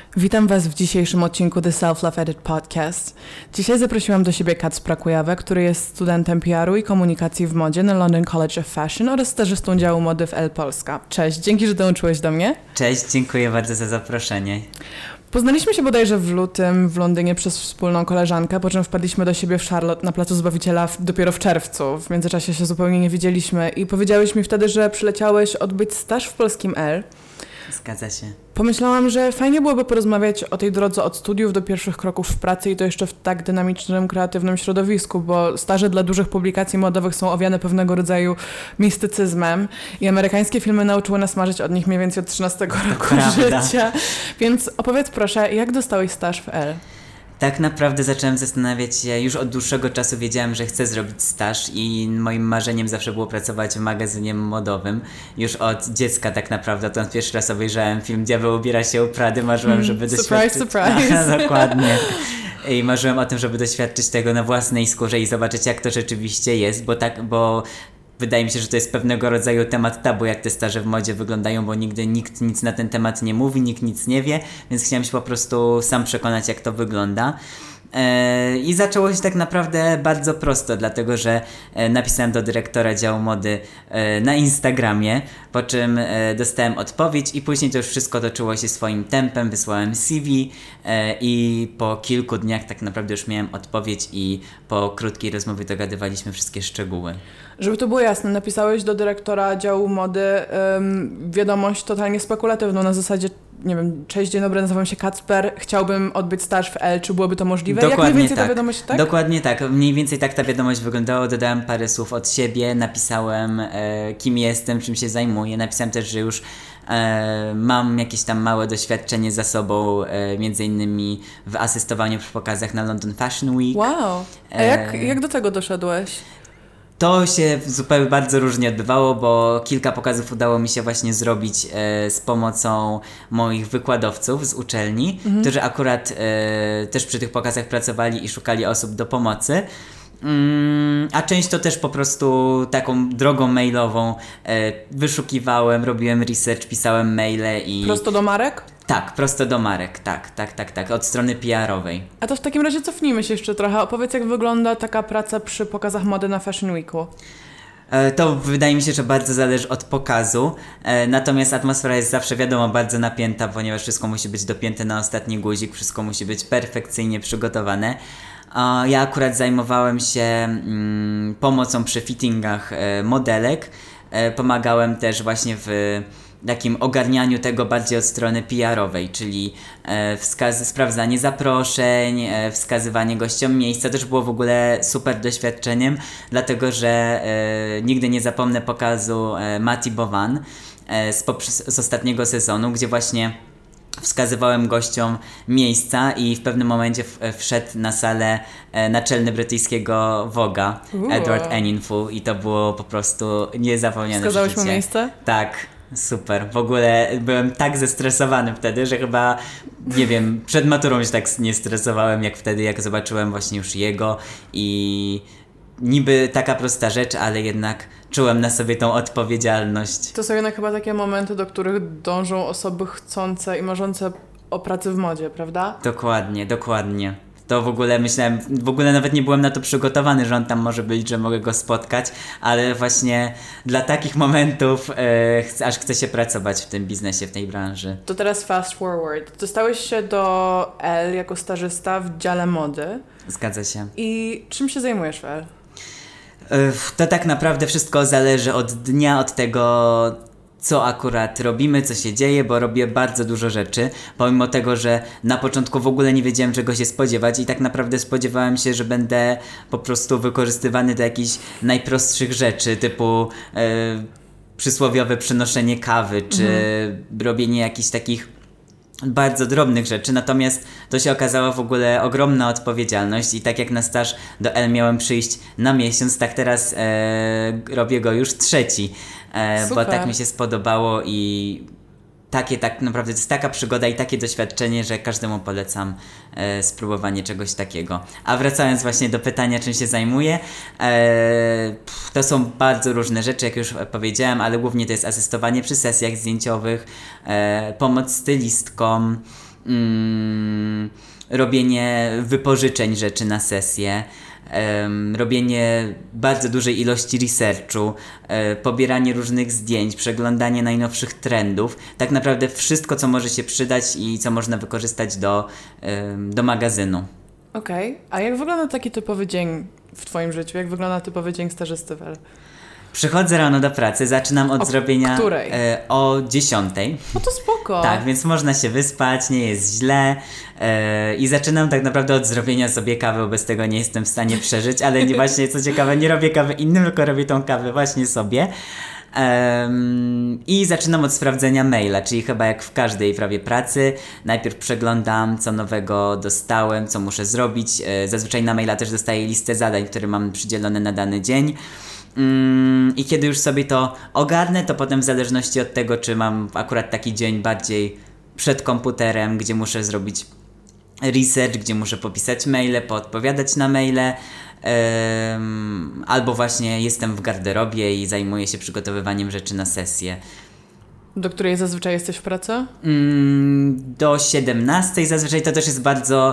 Witam Was w dzisiejszym odcinku The Self-Love Edit Podcast. Dzisiaj zaprosiłam do siebie Kacpra Kujawę, który jest studentem PR-u i komunikacji w modzie na London College of Fashion oraz stażystą działu mody w Elle Polska. Cześć, dzięki, że dołączyłeś do mnie. Cześć, dziękuję bardzo za zaproszenie. Poznaliśmy się bodajże w lutym w Londynie przez wspólną koleżankę, po czym wpadliśmy do siebie w Charlotte na Placu Zbawiciela dopiero w czerwcu. W międzyczasie się zupełnie nie widzieliśmy i powiedziałeś mi wtedy, że przyleciałeś odbyć staż w polskim Elle. Zgadza się. Pomyślałam, że fajnie byłoby porozmawiać o tej drodze od studiów do pierwszych kroków w pracy i to jeszcze w tak dynamicznym, kreatywnym środowisku, bo staże dla dużych publikacji modowych są owiane pewnego rodzaju mistycyzmem i amerykańskie filmy nauczyły nas marzyć od nich mniej więcej od 13 roku życia. Więc opowiedz proszę, jak dostałeś staż w Elle? Tak naprawdę zacząłem zastanawiać się, już od dłuższego czasu wiedziałem, że chcę zrobić staż i moim marzeniem zawsze było pracować w magazynie modowym. Już od dziecka tak naprawdę, odkąd pierwszy raz obejrzałem film Diabeł ubiera się u Prady, marzyłem, żeby doświadczyć... Surprise! Dokładnie. I marzyłem o tym, żeby doświadczyć tego na własnej skórze i zobaczyć, jak to rzeczywiście jest, bo wydaje mi się, że to jest pewnego rodzaju temat tabu, jak te staże w modzie wyglądają, bo nigdy nikt nic na ten temat nie mówi, nikt nic nie wie, więc chciałem się po prostu sam przekonać, jak to wygląda. I zaczęło się tak naprawdę bardzo prosto, dlatego że napisałem do dyrektora działu mody na Instagramie, po czym dostałem odpowiedź i później to już wszystko toczyło się swoim tempem, wysłałem CV i po kilku dniach tak naprawdę już miałem odpowiedź i po krótkiej rozmowie dogadywaliśmy wszystkie szczegóły. Żeby to było jasne, napisałeś do dyrektora działu mody wiadomość totalnie spekulatywną na zasadzie, nie wiem, cześć, dzień dobry, nazywam się Kacper, chciałbym odbyć staż w Elle, czy byłoby to możliwe? Dokładnie jak mniej więcej tak. ta wiadomość, tak? Dokładnie tak, mniej więcej tak ta wiadomość wyglądała, dodałem parę słów od siebie, napisałem kim jestem, czym się zajmuję, napisałem też, że już mam jakieś tam małe doświadczenie za sobą, między innymi w asystowaniu przy pokazach na London Fashion Week. Wow, a jak do tego doszedłeś? To się zupełnie bardzo różnie odbywało, bo kilka pokazów udało mi się właśnie zrobić z pomocą moich wykładowców z uczelni, którzy akurat też przy tych pokazach pracowali i szukali osób do pomocy. A część to też po prostu taką drogą mailową wyszukiwałem, robiłem research, pisałem maile i... Prosto do marek? Tak, prosto do marek, tak, od strony PR-owej. A to w takim razie cofnijmy się jeszcze trochę. Opowiedz, jak wygląda taka praca przy pokazach mody na Fashion Weeku. To wydaje mi się, że bardzo zależy od pokazu, natomiast atmosfera jest zawsze, wiadomo, bardzo napięta, ponieważ wszystko musi być dopięte na ostatni guzik, wszystko musi być perfekcyjnie przygotowane. Ja akurat zajmowałem się pomocą przy fittingach modelek, pomagałem też właśnie w takim ogarnianiu tego bardziej od strony PR-owej, czyli sprawdzanie zaproszeń, wskazywanie gościom miejsca. To też było w ogóle super doświadczeniem, dlatego że nigdy nie zapomnę pokazu Mati Bowan z ostatniego sezonu, gdzie właśnie wskazywałem gościom miejsca i w pewnym momencie wszedł na salę naczelny brytyjskiego Vogue'a, Edward Enninful, i to było po prostu niezapomniane. Wskazałeś mu miejsce? Tak. Super. W ogóle byłem tak zestresowany wtedy, że chyba, nie wiem, przed maturą się tak nie stresowałem jak wtedy, jak zobaczyłem właśnie już jego i niby taka prosta rzecz, ale jednak czułem na sobie tą odpowiedzialność. To są jednak chyba takie momenty, do których dążą osoby chcące i marzące o pracy w modzie, prawda? Dokładnie. To w ogóle myślałem, nawet nie byłem na to przygotowany, że on tam może być, że mogę go spotkać, ale właśnie dla takich momentów aż chce się pracować w tym biznesie, w tej branży. To teraz fast forward. Dostałeś się do Elle jako stażysta w dziale mody. Zgadza się. I czym się zajmujesz w Elle? To tak naprawdę wszystko zależy od dnia, od tego, co akurat robimy, co się dzieje, bo robię bardzo dużo rzeczy, pomimo tego, że na początku w ogóle nie wiedziałem, czego się spodziewać i tak naprawdę spodziewałem się, że będę po prostu wykorzystywany do jakichś najprostszych rzeczy, typu przysłowiowe przynoszenie kawy, czy robienie jakichś takich bardzo drobnych rzeczy, natomiast to się okazała w ogóle ogromna odpowiedzialność i tak jak na staż do Elle miałem przyjść na miesiąc, tak teraz robię go już trzeci, bo tak mi się spodobało i tak naprawdę to jest taka przygoda i takie doświadczenie, że każdemu polecam spróbowanie czegoś takiego. A wracając właśnie do pytania, czym się zajmuję, to są bardzo różne rzeczy, jak już powiedziałem, ale głównie to jest asystowanie przy sesjach zdjęciowych, pomoc stylistkom, robienie wypożyczeń rzeczy na sesję, robienie bardzo dużej ilości researchu, pobieranie różnych zdjęć, przeglądanie najnowszych trendów. Tak naprawdę wszystko, co może się przydać i co można wykorzystać do magazynu. Okej. A jak wygląda taki typowy dzień w twoim życiu? Jak wygląda typowy dzień stażysty w L? Przychodzę rano do pracy, zaczynam od zrobienia której? O 10:00. No to spoko. Tak, więc można się wyspać, nie jest źle i zaczynam tak naprawdę od zrobienia sobie kawy, bo bez tego nie jestem w stanie przeżyć, ale nie, właśnie co ciekawe, nie robię kawy innym, tylko robię tą kawę właśnie sobie. I zaczynam od sprawdzenia maila, czyli chyba jak w każdej prawie pracy. Najpierw przeglądam, co nowego dostałem, co muszę zrobić. Zazwyczaj na maila też dostaję listę zadań, które mam przydzielone na dany dzień. I kiedy już sobie to ogarnę, to potem w zależności od tego, czy mam akurat taki dzień bardziej przed komputerem, gdzie muszę zrobić research, gdzie muszę popisać maile, poodpowiadać na maile, albo właśnie jestem w garderobie i zajmuję się przygotowywaniem rzeczy na sesję. Do której zazwyczaj jesteś w pracy? Do 17:00 zazwyczaj to też jest bardzo...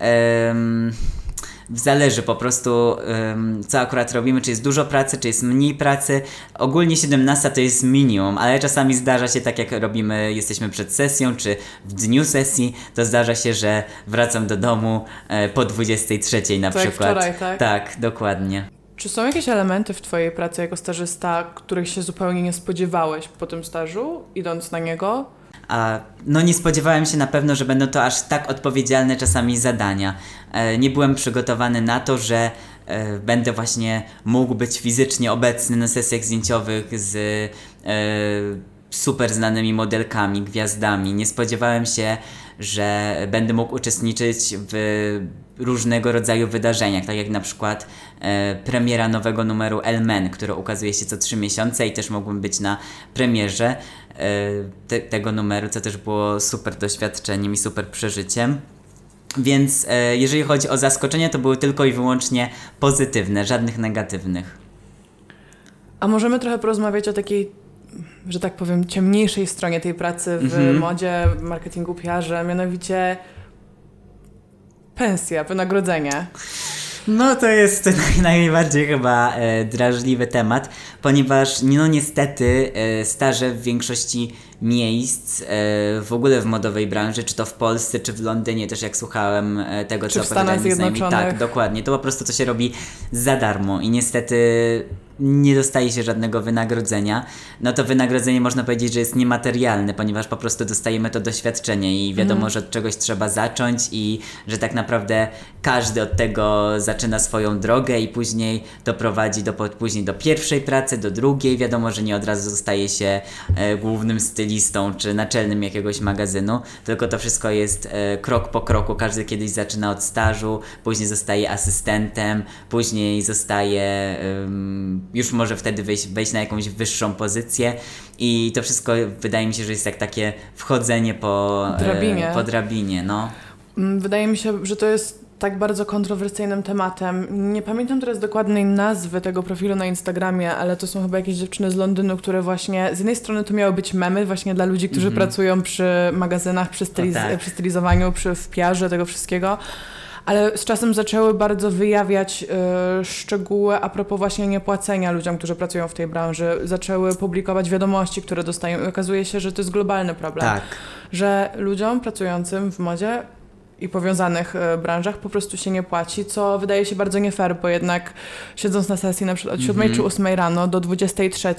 Zależy po prostu, co akurat robimy, czy jest dużo pracy, czy jest mniej pracy. Ogólnie 17:00 to jest minimum, ale czasami zdarza się tak jak robimy, jesteśmy przed sesją, czy w dniu sesji, to zdarza się, że wracam do domu po 23:00 na To jak przykład. wczoraj, tak? Tak, dokładnie. Czy są jakieś elementy w twojej pracy jako stażysta, których się zupełnie nie spodziewałeś po tym stażu, idąc na niego? No nie spodziewałem się na pewno, że będą to aż tak odpowiedzialne czasami zadania. Nie byłem przygotowany na to, że będę właśnie mógł być fizycznie obecny na sesjach zdjęciowych z super znanymi modelkami, gwiazdami. Nie spodziewałem się, że będę mógł uczestniczyć w różnego rodzaju wydarzeniach, tak jak na przykład premiera nowego numeru Elle Men, który ukazuje się co 3 miesiące i też mógłbym być na premierze tego numeru, co też było super doświadczeniem i super przeżyciem. Więc jeżeli chodzi o zaskoczenia, to były tylko i wyłącznie pozytywne, żadnych negatywnych. A możemy trochę porozmawiać o takiej, że tak powiem, ciemniejszej stronie tej pracy w modzie, marketingu, PR-ze, mianowicie pensja, wynagrodzenie. No to jest najbardziej chyba drażliwy temat, ponieważ no niestety staże w większości miejsc w ogóle w modowej branży, czy to w Polsce, czy w Londynie też jak słuchałem tego, Czy co w Stanach opowiadali znajomi. Zjednoczonych. Tak, dokładnie. To po prostu to się robi za darmo i niestety nie dostaje się żadnego wynagrodzenia. No to wynagrodzenie można powiedzieć, że jest niematerialne, ponieważ po prostu dostajemy to doświadczenie i wiadomo, że od czegoś trzeba zacząć i że tak naprawdę każdy od tego zaczyna swoją drogę i później doprowadzi później do pierwszej pracy, do drugiej. Wiadomo, że nie od razu zostaje się głównym stylistą czy naczelnym jakiegoś magazynu, tylko to wszystko jest krok po kroku. Każdy kiedyś zaczyna od stażu, później zostaje asystentem, później zostaje już może wtedy wejść na jakąś wyższą pozycję i to wszystko wydaje mi się, że jest jak takie wchodzenie po drabinie, no. Wydaje mi się, że to jest tak bardzo kontrowersyjnym tematem. Nie pamiętam teraz dokładnej nazwy tego profilu na Instagramie, ale to są chyba jakieś dziewczyny z Londynu, które właśnie, z jednej strony to miały być memy właśnie dla ludzi, którzy pracują przy magazynach, przy stylizowaniu, w PR-ze tego wszystkiego, ale z czasem zaczęły bardzo wyjawiać szczegóły a propos właśnie niepłacenia ludziom, którzy pracują w tej branży. Zaczęły publikować wiadomości, które dostają i okazuje się, że to jest globalny problem. Tak. Że ludziom pracującym w modzie i powiązanych branżach po prostu się nie płaci, co wydaje się bardzo nie fair, bo jednak siedząc na sesji na przykład od 7 czy 8 rano do 23,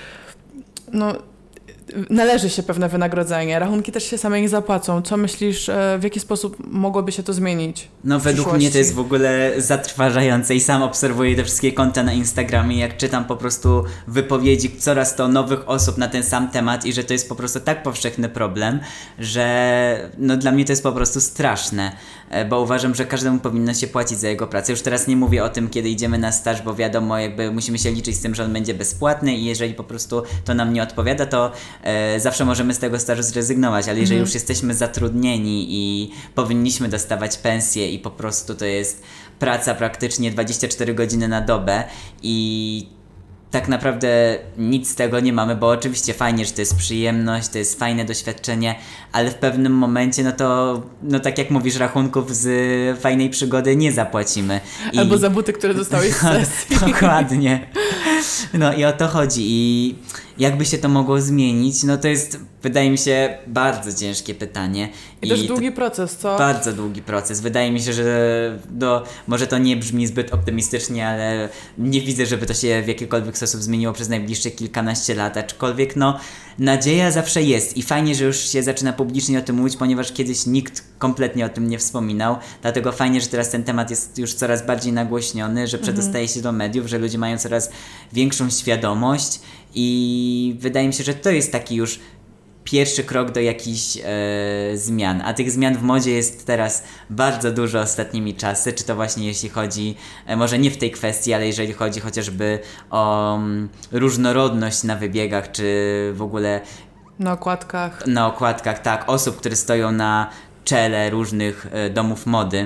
no należy się pewne wynagrodzenie. Rachunki też się same nie zapłacą. Co myślisz, w jaki sposób mogłoby się to zmienić? No według mnie to jest w ogóle zatrważające i sam obserwuję te wszystkie konta na Instagramie, jak czytam po prostu wypowiedzi coraz to nowych osób na ten sam temat i że to jest po prostu tak powszechny problem, że no dla mnie to jest po prostu straszne, bo uważam, że każdemu powinno się płacić za jego pracę. Już teraz nie mówię o tym, kiedy idziemy na staż, bo wiadomo, jakby musimy się liczyć z tym, że on będzie bezpłatny i jeżeli po prostu to nam nie odpowiada, to zawsze możemy z tego stażu zrezygnować, ale jeżeli już jesteśmy zatrudnieni i powinniśmy dostawać pensję i po prostu to jest praca praktycznie 24 godziny na dobę i tak naprawdę nic z tego nie mamy, bo oczywiście fajnie, że to jest przyjemność, to jest fajne doświadczenie, ale w pewnym momencie, no tak jak mówisz, rachunków z fajnej przygody nie zapłacimy. Albo za buty, które dostałeś z sesji. Dokładnie. No i o to chodzi. I jakby się to mogło zmienić, no to jest, wydaje mi się, bardzo ciężkie pytanie. I też długi proces, co? Bardzo długi proces. Wydaje mi się, że może to nie brzmi zbyt optymistycznie, ale nie widzę, żeby to się w jakikolwiek sposób zmieniło przez najbliższe kilkanaście lat, aczkolwiek nadzieja zawsze jest i fajnie, że już się zaczyna publicznie o tym mówić, ponieważ kiedyś nikt kompletnie o tym nie wspominał, dlatego fajnie, że teraz ten temat jest już coraz bardziej nagłośniony, że przedostaje się do mediów, że ludzie mają coraz większą świadomość i wydaje mi się, że to jest taki już pierwszy krok do jakichś zmian, a tych zmian w modzie jest teraz bardzo dużo ostatnimi czasy, czy to właśnie jeśli chodzi, może nie w tej kwestii, ale jeżeli chodzi chociażby o różnorodność na wybiegach, czy w ogóle Na okładkach. na okładkach, tak, osób, które stoją na czele różnych domów mody,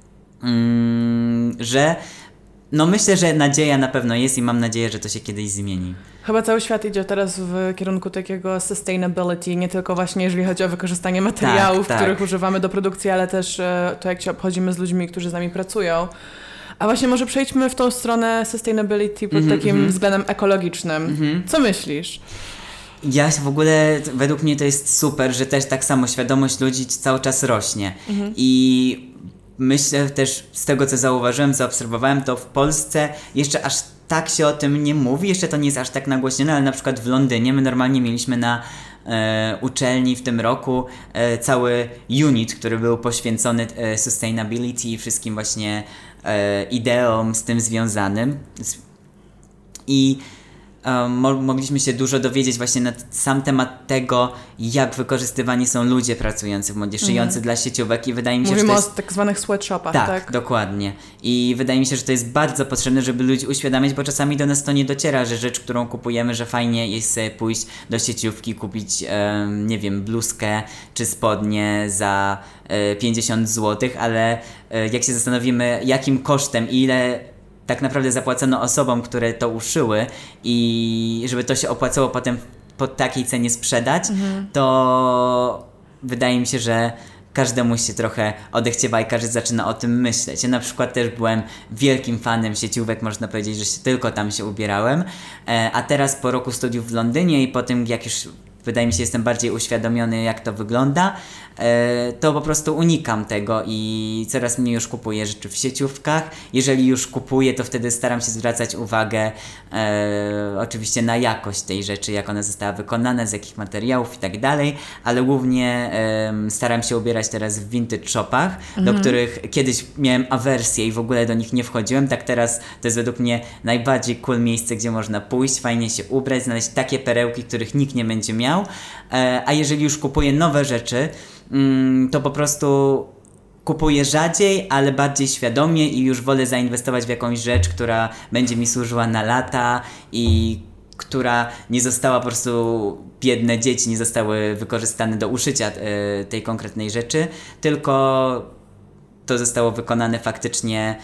że myślę, że nadzieja na pewno jest i mam nadzieję, że to się kiedyś zmieni. Chyba cały świat idzie teraz w kierunku takiego sustainability, nie tylko właśnie jeżeli chodzi o wykorzystanie materiałów, Tak. których używamy do produkcji, ale też to, jak się obchodzimy z ludźmi, którzy z nami pracują. A właśnie może przejdźmy w tą stronę sustainability pod takim względem ekologicznym. Co myślisz? Ja w ogóle, według mnie to jest super, że też tak samo świadomość ludzi cały czas rośnie. I myślę też z tego, co zauważyłem, co obserwowałem, to w Polsce jeszcze aż tak się o tym nie mówi, jeszcze to nie jest aż tak nagłośnione, ale na przykład w Londynie my normalnie mieliśmy na uczelni w tym roku cały unit, który był poświęcony sustainability i wszystkim właśnie ideom z tym związanym. I mogliśmy się dużo dowiedzieć właśnie na sam temat tego, jak wykorzystywani są ludzie pracujący w modzie, szyjący dla sieciówek i wydaje mi się, Mówimy że to jest... o tak zwanych sweatshopach, Tak, tak? dokładnie. I wydaje mi się, że to jest bardzo potrzebne, żeby ludzi uświadamiać, bo czasami do nas to nie dociera, że rzecz, którą kupujemy, że fajnie jest sobie pójść do sieciówki, kupić, nie wiem, bluzkę czy spodnie za 50 zł, ale jak się zastanowimy, jakim kosztem i ile tak naprawdę zapłacono osobom, które to uszyły i żeby to się opłacało potem po takiej cenie sprzedać, to wydaje mi się, że każdemu się trochę odechciewa i każdy zaczyna o tym myśleć. Ja na przykład też byłem wielkim fanem sieciówek, można powiedzieć, że tylko tam się ubierałem, a teraz po roku studiów w Londynie i po tym, jak już wydaje mi się, jestem bardziej uświadomiony, jak to wygląda, to po prostu unikam tego i coraz mniej już kupuję rzeczy w sieciówkach. Jeżeli już kupuję, to wtedy staram się zwracać uwagę oczywiście na jakość tej rzeczy, jak ona została wykonana, z jakich materiałów i tak dalej, ale głównie staram się ubierać teraz w vintage shopach, do których kiedyś miałem awersję i w ogóle do nich nie wchodziłem, tak teraz to jest według mnie najbardziej cool miejsce, gdzie można pójść, fajnie się ubrać, znaleźć takie perełki, których nikt nie będzie miał, a jeżeli już kupuję nowe rzeczy, to po prostu kupuję rzadziej, ale bardziej świadomie i już wolę zainwestować w jakąś rzecz, która będzie mi służyła na lata i która nie została po prostu, biedne dzieci nie zostały wykorzystane do uszycia tej konkretnej rzeczy, tylko to zostało wykonane faktycznie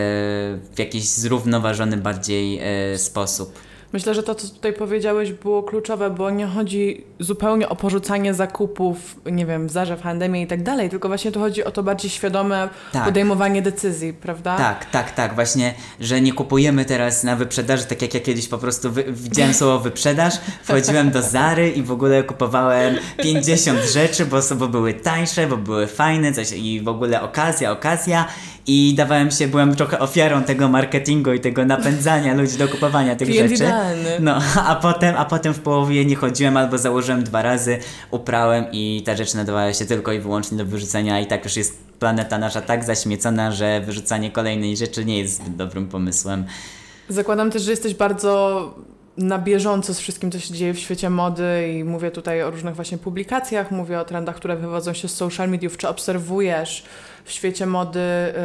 w jakiś zrównoważony bardziej sposób. Myślę, że to, co tutaj powiedziałeś, było kluczowe, bo nie chodzi zupełnie o porzucanie zakupów, nie wiem, w Zarze, w H&M i tak dalej, tylko właśnie tu chodzi o to bardziej świadome podejmowanie decyzji, prawda? Tak, właśnie, że nie kupujemy teraz na wyprzedaży, tak jak ja kiedyś po prostu widziałem słowo wyprzedaż, wchodziłem do Zary i w ogóle kupowałem 50 rzeczy, bo były tańsze, bo były fajne, coś i w ogóle okazja i byłem trochę ofiarą tego marketingu i tego napędzania ludzi do kupowania tych Klient rzeczy. idealny. No, a potem w połowie nie chodziłem albo założyłem 2 razy, uprałem i ta rzecz nadawała się tylko i wyłącznie do wyrzucenia i tak już jest planeta nasza tak zaśmiecona, że wyrzucanie kolejnej rzeczy nie jest zbyt dobrym pomysłem. Zakładam też, że jesteś bardzo na bieżąco z wszystkim, co się dzieje w świecie mody i mówię tutaj o różnych właśnie publikacjach, mówię o trendach, które wywodzą się z social mediów. Czy obserwujesz w świecie mody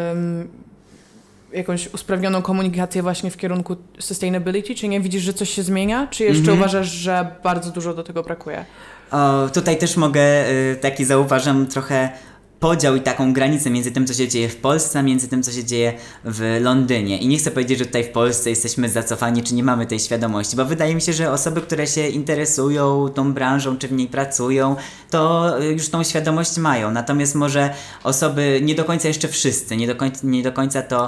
jakąś usprawnioną komunikację właśnie w kierunku sustainability? Czy nie widzisz, że coś się zmienia? Czy jeszcze uważasz, że bardzo dużo do tego brakuje? Tutaj też mogę, taki zauważam trochę podział i taką granicę między tym, co się dzieje w Polsce, a między tym, co się dzieje w Londynie. I nie chcę powiedzieć, że tutaj w Polsce jesteśmy zacofani, czy nie mamy tej świadomości, bo wydaje mi się, że osoby, które się interesują tą branżą, czy w niej pracują, to już tą świadomość mają. Natomiast może osoby, nie do końca jeszcze wszyscy, nie do końca to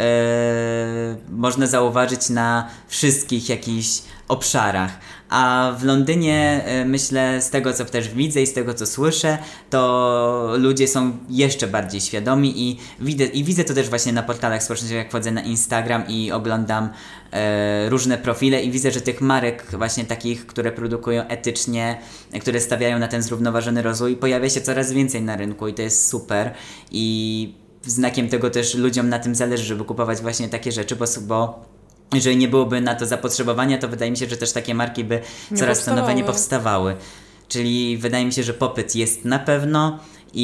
można zauważyć na wszystkich jakichś obszarach. A w Londynie myślę, z tego co też widzę i z tego co słyszę, to ludzie są jeszcze bardziej świadomi i widzę to też właśnie na portalach społecznościowych, jak wchodzę na Instagram i oglądam różne profile i widzę, że tych marek właśnie takich, które produkują etycznie, które stawiają na ten zrównoważony rozwój, pojawia się coraz więcej na rynku i to jest super i znakiem tego też ludziom na tym zależy, żeby kupować właśnie takie rzeczy, bo jeżeli nie byłoby na to zapotrzebowania, to wydaje mi się, że też takie marki by coraz to nowe nie powstawały. Czyli wydaje mi się, że popyt jest na pewno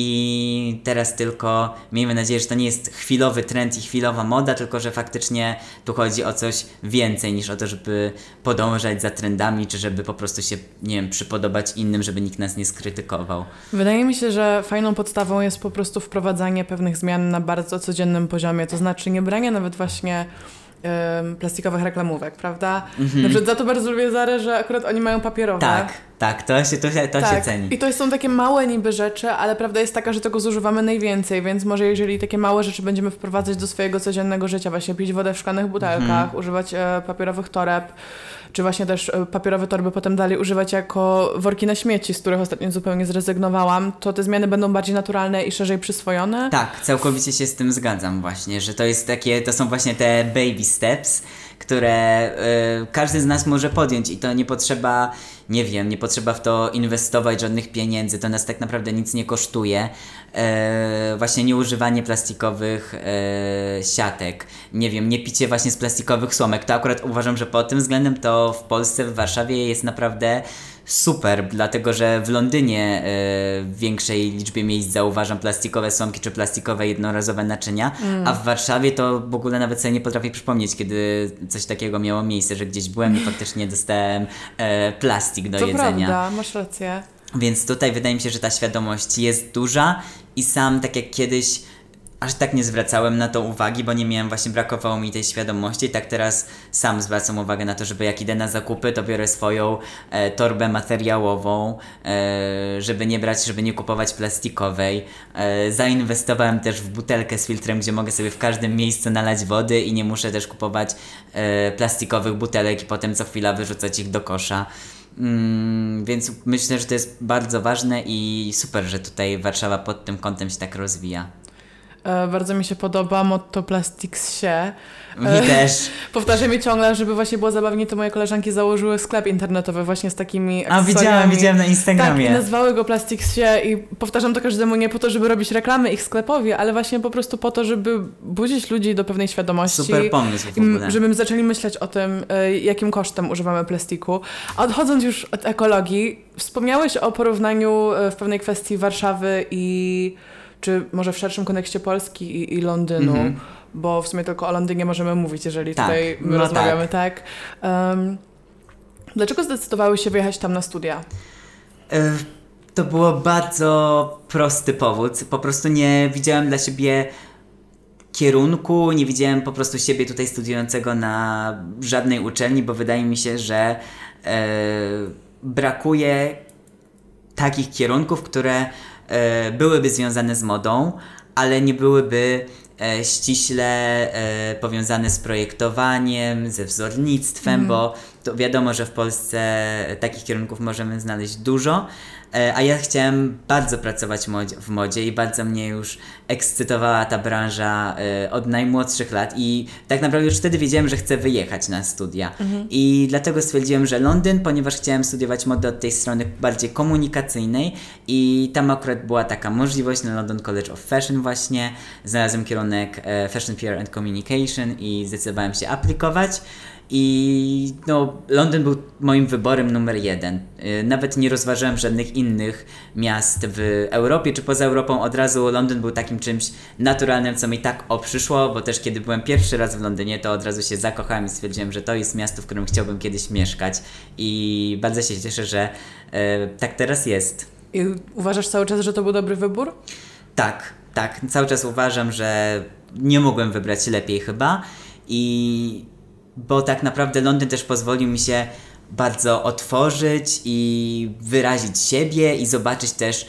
i teraz tylko miejmy nadzieję, że to nie jest chwilowy trend i chwilowa moda, tylko że faktycznie tu chodzi o coś więcej niż o to, żeby podążać za trendami, czy żeby po prostu się, nie wiem, przypodobać innym, żeby nikt nas nie skrytykował. Wydaje mi się, że fajną podstawą jest po prostu wprowadzanie pewnych zmian na bardzo codziennym poziomie, to znaczy nie branie nawet właśnie plastikowych reklamówek, prawda? Na przykład za to bardzo lubię Zarę, że akurat oni mają papierowe. Tak, to się ceni. I to są takie małe niby rzeczy, ale prawda jest taka, że tego zużywamy najwięcej, więc może jeżeli takie małe rzeczy będziemy wprowadzać do swojego codziennego życia, właśnie pić wodę w szklanych butelkach, używać papierowych toreb, czy właśnie też papierowe torby potem dalej używać jako worki na śmieci, z których ostatnio zupełnie zrezygnowałam, to te zmiany będą bardziej naturalne i szerzej przyswojone. Tak, całkowicie się z tym zgadzam właśnie, że to są właśnie te baby steps, które każdy z nas może podjąć i to nie potrzeba, nie potrzeba w to inwestować żadnych pieniędzy, to nas tak naprawdę nic nie kosztuje. Właśnie nieużywanie plastikowych siatek, nie picie właśnie z plastikowych słomek, to akurat uważam, że pod tym względem to w Polsce, w Warszawie jest naprawdę super, dlatego że w Londynie w większej liczbie miejsc zauważam plastikowe słomki czy plastikowe jednorazowe naczynia, a w Warszawie to w ogóle nawet sobie nie potrafię przypomnieć, kiedy coś takiego miało miejsce, że gdzieś byłem i faktycznie dostałem plastik do jedzenia. To prawda, masz rację. Więc tutaj wydaje mi się, że ta świadomość jest duża i sam tak jak kiedyś aż tak nie zwracałem na to uwagi, bo nie miałem, właśnie brakowało mi tej świadomości. Tak teraz sam zwracam uwagę na to, żeby jak idę na zakupy, to biorę swoją torbę materiałową, żeby nie kupować plastikowej. Zainwestowałem też w butelkę z filtrem, gdzie mogę sobie w każdym miejscu nalać wody i nie muszę też kupować plastikowych butelek i potem co chwila wyrzucać ich do kosza. Więc myślę, że to jest bardzo ważne i super, że tutaj Warszawa pod tym kątem się tak rozwija. Bardzo mi się podoba motto Plastics się. Mi też. Powtarzam mi ciągle, żeby właśnie było zabawnie, to moje koleżanki założyły sklep internetowy właśnie z takimi akcesoriami. Widziałem na Instagramie. Tak, i nazwały go Plastics się i powtarzam to każdemu nie po to, żeby robić reklamy ich sklepowi, ale właśnie po prostu po to, żeby budzić ludzi do pewnej świadomości. Super pomysł w ogóle. Żeby zaczęli myśleć o tym, jakim kosztem używamy plastiku. A odchodząc już od ekologii, wspomniałeś o porównaniu w pewnej kwestii Warszawy czy może w szerszym kontekście Polski i Londynu, bo w sumie tylko o Londynie możemy mówić, jeżeli tutaj rozmawiamy, tak? Dlaczego zdecydowałeś się wyjechać tam na studia? To było bardzo prosty powód. Po prostu nie widziałem dla siebie kierunku, nie widziałem po prostu siebie tutaj studiującego na żadnej uczelni, bo wydaje mi się, że brakuje takich kierunków, które byłyby związane z modą, ale nie byłyby ściśle powiązane z projektowaniem, ze wzornictwem, bo to wiadomo, że w Polsce takich kierunków możemy znaleźć dużo, a ja chciałem bardzo pracować w modzie i bardzo mnie już ekscytowała ta branża od najmłodszych lat i tak naprawdę już wtedy wiedziałem, że chcę wyjechać na studia i dlatego stwierdziłem, że Londyn, ponieważ chciałem studiować modę od tej strony bardziej komunikacyjnej i tam akurat była taka możliwość na London College of Fashion właśnie, znalazłem kierunek Fashion PR and Communication i zdecydowałem się aplikować. I Londyn był moim wyborem numer 1. Nawet nie rozważałem żadnych innych miast w Europie czy poza Europą. Od razu Londyn był takim czymś naturalnym, co mi tak przyszło, bo też kiedy byłem pierwszy raz w Londynie, to od razu się zakochałem i stwierdziłem, że to jest miasto, w którym chciałbym kiedyś mieszkać. I bardzo się cieszę, że tak teraz jest. I uważasz cały czas, że to był dobry wybór? Tak, cały czas uważam, że nie mogłem wybrać lepiej chyba bo tak naprawdę Londyn też pozwolił mi się bardzo otworzyć i wyrazić siebie i zobaczyć też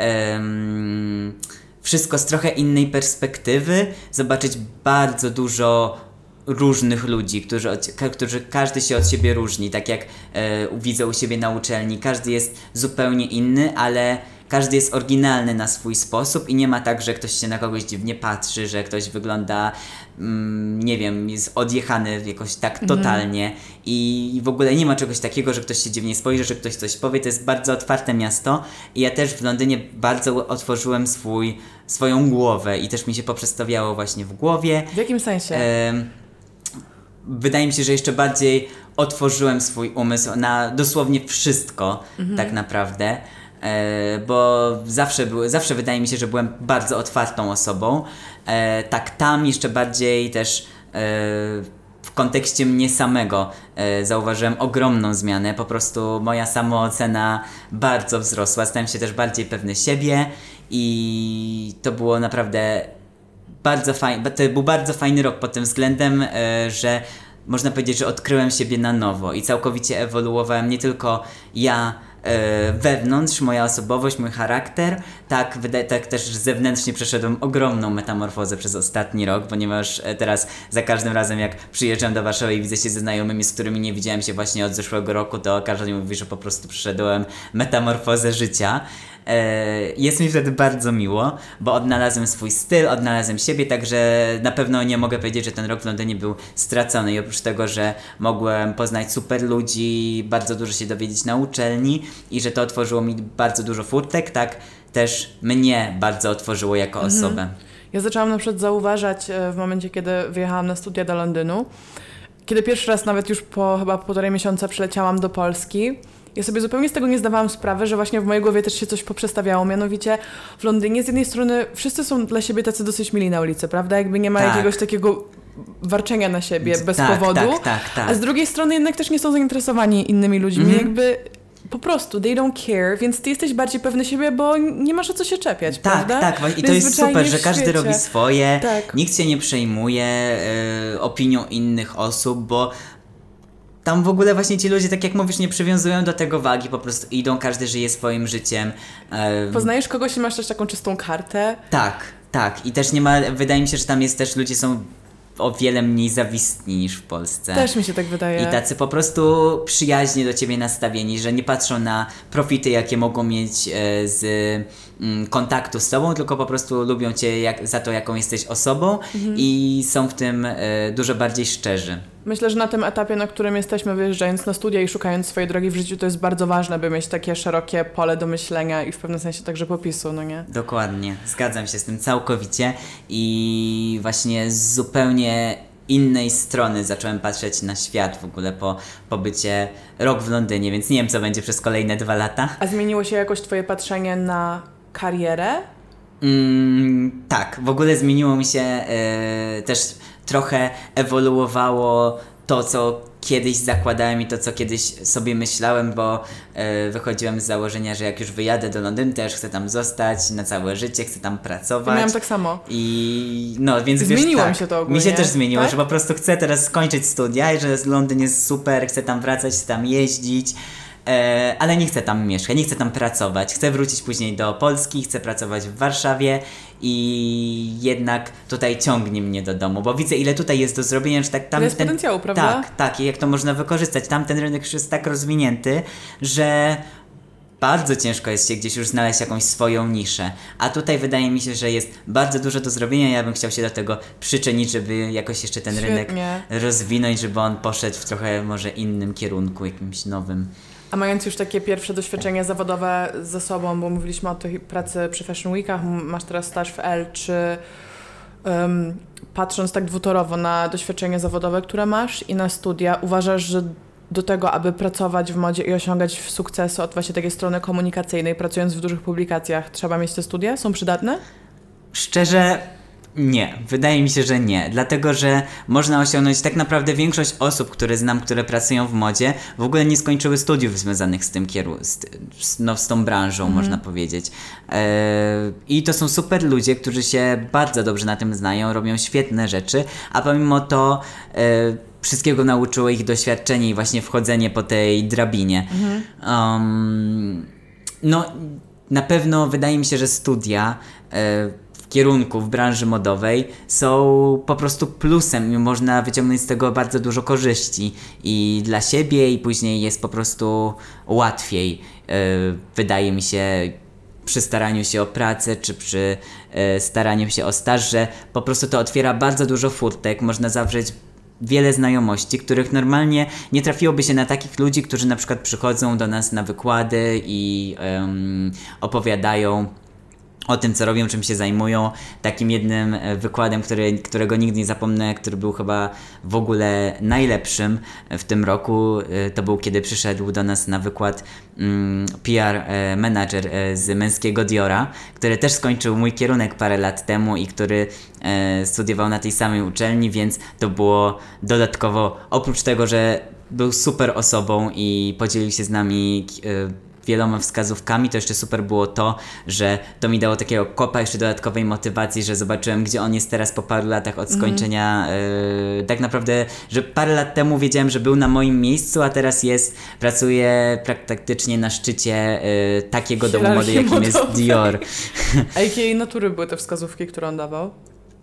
wszystko z trochę innej perspektywy, zobaczyć bardzo dużo różnych ludzi, którzy każdy się od siebie różni, tak jak widzę u siebie na uczelni, każdy jest zupełnie inny, ale każdy jest oryginalny na swój sposób i nie ma tak, że ktoś się na kogoś dziwnie patrzy, że ktoś wygląda, nie wiem, jest odjechany jakoś tak totalnie i w ogóle nie ma czegoś takiego, że ktoś się dziwnie spojrzy, że ktoś coś powie. To jest bardzo otwarte miasto i ja też w Londynie bardzo otworzyłem swoją głowę i też mi się poprzestawiało właśnie w głowie. W jakim sensie? Wydaje mi się, że jeszcze bardziej otworzyłem swój umysł na dosłownie wszystko tak naprawdę. Bo zawsze wydaje mi się, że byłem bardzo otwartą osobą. Tak tam jeszcze bardziej też w kontekście mnie samego zauważyłem ogromną zmianę. Po prostu moja samoocena bardzo wzrosła. Stałem się też bardziej pewny siebie i to było naprawdę bardzo fajne. To był bardzo fajny rok pod tym względem, że można powiedzieć, że odkryłem siebie na nowo i całkowicie ewoluowałem nie tylko ja wewnątrz, moja osobowość, mój charakter, tak też zewnętrznie przeszedłem ogromną metamorfozę przez ostatni rok, ponieważ teraz za każdym razem jak przyjeżdżam do Warszawy i widzę się ze znajomymi, z którymi nie widziałem się właśnie od zeszłego roku, to każdy mi mówi, że po prostu przeszedłem metamorfozę życia. Jest mi wtedy bardzo miło, bo odnalazłem swój styl, odnalazłem siebie, także na pewno nie mogę powiedzieć, że ten rok w Londynie był stracony i oprócz tego, że mogłem poznać super ludzi, bardzo dużo się dowiedzieć na uczelni i że to otworzyło mi bardzo dużo furtek, tak też mnie bardzo otworzyło jako osobę. Ja zaczęłam na przykład zauważać w momencie, kiedy wyjechałam na studia do Londynu, kiedy pierwszy raz nawet już po chyba 1,5 miesiąca przyleciałam do Polski. Ja sobie zupełnie z tego nie zdawałam sprawy, że właśnie w mojej głowie też się coś poprzestawiało. Mianowicie w Londynie z jednej strony wszyscy są dla siebie tacy dosyć mili na ulicy, prawda? Jakby nie ma jakiegoś takiego warczenia na siebie bez powodu. Tak. A z drugiej strony jednak też nie są zainteresowani innymi ludźmi. Jakby po prostu they don't care, więc ty jesteś bardziej pewny siebie, bo nie masz o co się czepiać, prawda? Tak. I to jest super, że każdy robi swoje, tak. Nikt się nie przejmuje opinią innych osób, bo tam w ogóle właśnie ci ludzie, tak jak mówisz, nie przywiązują do tego wagi, po prostu idą, każdy żyje swoim życiem. Poznajesz kogoś i masz też taką czystą kartę? Tak. I też nie ma, wydaje mi się, że tam jest też, ludzie są o wiele mniej zawistni niż w Polsce. Też mi się tak wydaje. I tacy po prostu przyjaźnie do ciebie nastawieni, że nie patrzą na profity, jakie mogą mieć z kontaktu z tobą, tylko po prostu lubią cię za to, jaką jesteś osobą i są w tym dużo bardziej szczerzy. Myślę, że na tym etapie, na którym jesteśmy, wyjeżdżając na studia i szukając swojej drogi w życiu, to jest bardzo ważne, by mieć takie szerokie pole do myślenia i w pewnym sensie także popisu, no nie? Dokładnie, zgadzam się z tym całkowicie i właśnie z zupełnie innej strony zacząłem patrzeć na świat w ogóle po pobycie rok w Londynie, więc nie wiem, co będzie przez kolejne 2 lata. A zmieniło się jakoś twoje patrzenie na karierę? Tak, w ogóle zmieniło mi się, też trochę ewoluowało to, co kiedyś zakładałem i to, co kiedyś sobie myślałem, bo wychodziłem z założenia, że jak już wyjadę do Londynu, to już chcę tam zostać na całe życie, chcę tam pracować. Ja miałam tak samo. I no, więc zmieniło wiesz, mi się to ogólnie. Mi się też zmieniło, tak? że po prostu chcę teraz skończyć studia i że Londyn jest super, chcę tam wracać, chcę tam jeździć. Ale nie chcę tam mieszkać, nie chcę tam pracować. Chcę wrócić później do Polski, chcę pracować w Warszawie i jednak tutaj ciągnie mnie do domu, bo widzę, ile tutaj jest do zrobienia, że tak tam jest potencjału, prawda? Tak, i jak to można wykorzystać. Tam ten rynek już jest tak rozwinięty, że bardzo ciężko jest się gdzieś już znaleźć jakąś swoją niszę. A tutaj wydaje mi się, że jest bardzo dużo do zrobienia. Ja bym chciał się do tego przyczynić, żeby jakoś jeszcze ten rynek rozwinąć, żeby on poszedł w trochę może innym kierunku, jakimś nowym. A mając już takie pierwsze doświadczenia zawodowe ze sobą, bo mówiliśmy o tej pracy przy Fashion Weekach, masz teraz staż w Elle, czy patrząc tak dwutorowo na doświadczenia zawodowe, które masz i na studia, uważasz, że do tego, aby pracować w modzie i osiągać sukcesy od właśnie takiej strony komunikacyjnej, pracując w dużych publikacjach, trzeba mieć te studia? Są przydatne? Szczerze, Nie, wydaje mi się, że nie, dlatego że można osiągnąć tak naprawdę większość osób, które znam, które pracują w modzie, w ogóle nie skończyły studiów związanych z tym z tą branżą, można powiedzieć. I to są super ludzie, którzy się bardzo dobrze na tym znają, robią świetne rzeczy, a pomimo to wszystkiego nauczyło ich doświadczenie i właśnie wchodzenie po tej drabinie. No, na pewno wydaje mi się, że studia w kierunku, w branży modowej są po prostu plusem i można wyciągnąć z tego bardzo dużo korzyści i dla siebie i później jest po prostu łatwiej, wydaje mi się, przy staraniu się o pracę, czy przy staraniu się o staż, że po prostu to otwiera bardzo dużo furtek, można zawrzeć wiele znajomości, których normalnie nie trafiłoby się na takich ludzi, którzy na przykład przychodzą do nas na wykłady i opowiadają o tym, co robią, czym się zajmują. Takim jednym wykładem, którego nigdy nie zapomnę, który był chyba w ogóle najlepszym w tym roku, to był, kiedy przyszedł do nas na wykład PR manager z męskiego Diora, który też skończył mój kierunek parę lat temu i który studiował na tej samej uczelni, więc to było dodatkowo, oprócz tego, że był super osobą i podzielił się z nami wieloma wskazówkami, to jeszcze super było to, że to mi dało takiego kopa jeszcze dodatkowej motywacji, że zobaczyłem, gdzie on jest teraz po paru latach od skończenia. Tak naprawdę, że parę lat temu wiedziałem, że był na moim miejscu, a teraz pracuje praktycznie na szczycie takiego domu mody, jakim jest Dior. A jakiej natury były te wskazówki, które on dawał?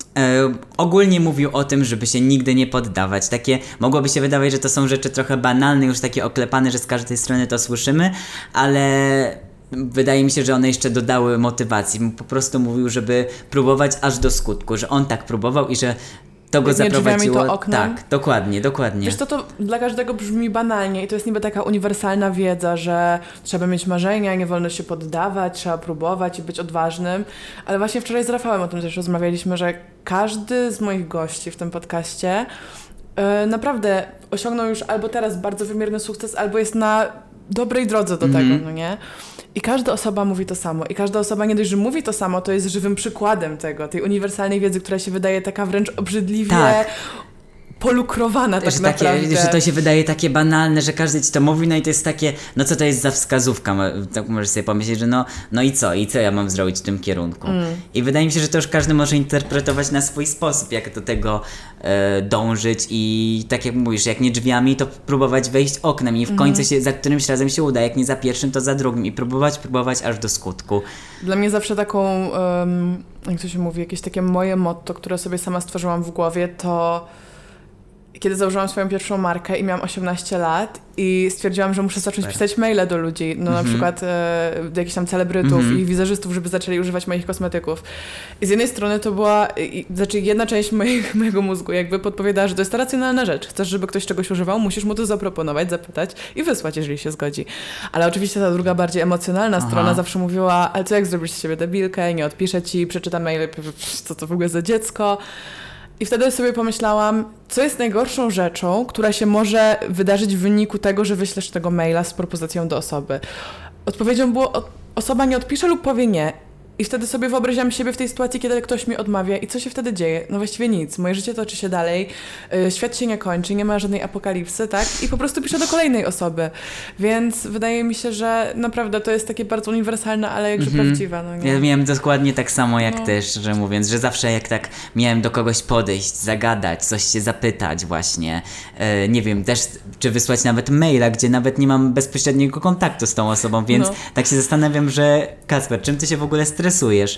Ogólnie mówił o tym, żeby się nigdy nie poddawać. Takie, mogłoby się wydawać, że to są rzeczy trochę banalne, już takie oklepane, że z każdej strony to słyszymy, ale wydaje mi się, że one jeszcze dodały motywacji. Po prostu mówił, żeby próbować aż do skutku, że on tak próbował i że to go zaprowadziło. To oknem. Tak, dokładnie. Wiesz, to dla każdego brzmi banalnie i to jest niby taka uniwersalna wiedza, że trzeba mieć marzenia, nie wolno się poddawać, trzeba próbować i być odważnym, ale właśnie wczoraj z Rafałem o tym też rozmawialiśmy, że każdy z moich gości w tym podcaście naprawdę osiągnął już albo teraz bardzo wymierny sukces, albo jest na dobrej drodze do tego, no nie? I każda osoba mówi to samo. I każda osoba nie dość, że mówi to samo, to jest żywym przykładem tego, tej uniwersalnej wiedzy, która się wydaje taka wręcz obrzydliwie polukrowana tak naprawdę. Że to się wydaje takie banalne, że każdy ci to mówi, no i to jest takie, no co to jest za wskazówka? Tak możesz sobie pomyśleć, że no i co? I co ja mam zrobić w tym kierunku? I wydaje mi się, że to już każdy może interpretować na swój sposób, jak do tego dążyć i tak jak mówisz, jak nie drzwiami, to próbować wejść oknem i w końcu się, za którymś razem się uda, jak nie za pierwszym, to za drugim i próbować aż do skutku. Dla mnie zawsze taką, jak to się mówi, jakieś takie moje motto, które sobie sama stworzyłam w głowie, to kiedy założyłam swoją pierwszą markę i miałam 18 lat i stwierdziłam, że muszę zacząć pisać maile do ludzi, no na przykład do jakichś tam celebrytów i wizerzystów, żeby zaczęli używać moich kosmetyków. I z jednej strony to była, jedna część mojego mózgu jakby podpowiadała, że to jest ta racjonalna rzecz. Chcesz, żeby ktoś czegoś używał, musisz mu to zaproponować, zapytać i wysłać, jeżeli się zgodzi. Ale oczywiście ta druga, bardziej emocjonalna strona zawsze mówiła, ale co jak zrobisz z siebie debilkę, nie odpiszę ci, przeczytam maile, co to w ogóle za dziecko. I wtedy sobie pomyślałam, co jest najgorszą rzeczą, która się może wydarzyć w wyniku tego, że wyślesz tego maila z propozycją do osoby. Odpowiedzią było, osoba nie odpisze lub powie nie. I wtedy sobie wyobraziłam siebie w tej sytuacji, kiedy ktoś mi odmawia i co się wtedy dzieje? No właściwie nic. Moje życie toczy się dalej, świat się nie kończy, nie ma żadnej apokalipsy, tak? I po prostu piszę do kolejnej osoby. Więc wydaje mi się, że naprawdę to jest takie bardzo uniwersalne, ale jakże prawdziwe. No nie? Ja miałem dokładnie tak samo jak ty, szczerze mówiąc, że zawsze jak tak miałem do kogoś podejść, zagadać, coś się zapytać właśnie, nie wiem, też czy wysłać nawet maila, gdzie nawet nie mam bezpośredniego kontaktu z tą osobą, więc tak się zastanawiam, że Kacper, czym ty się w ogóle stresujesz?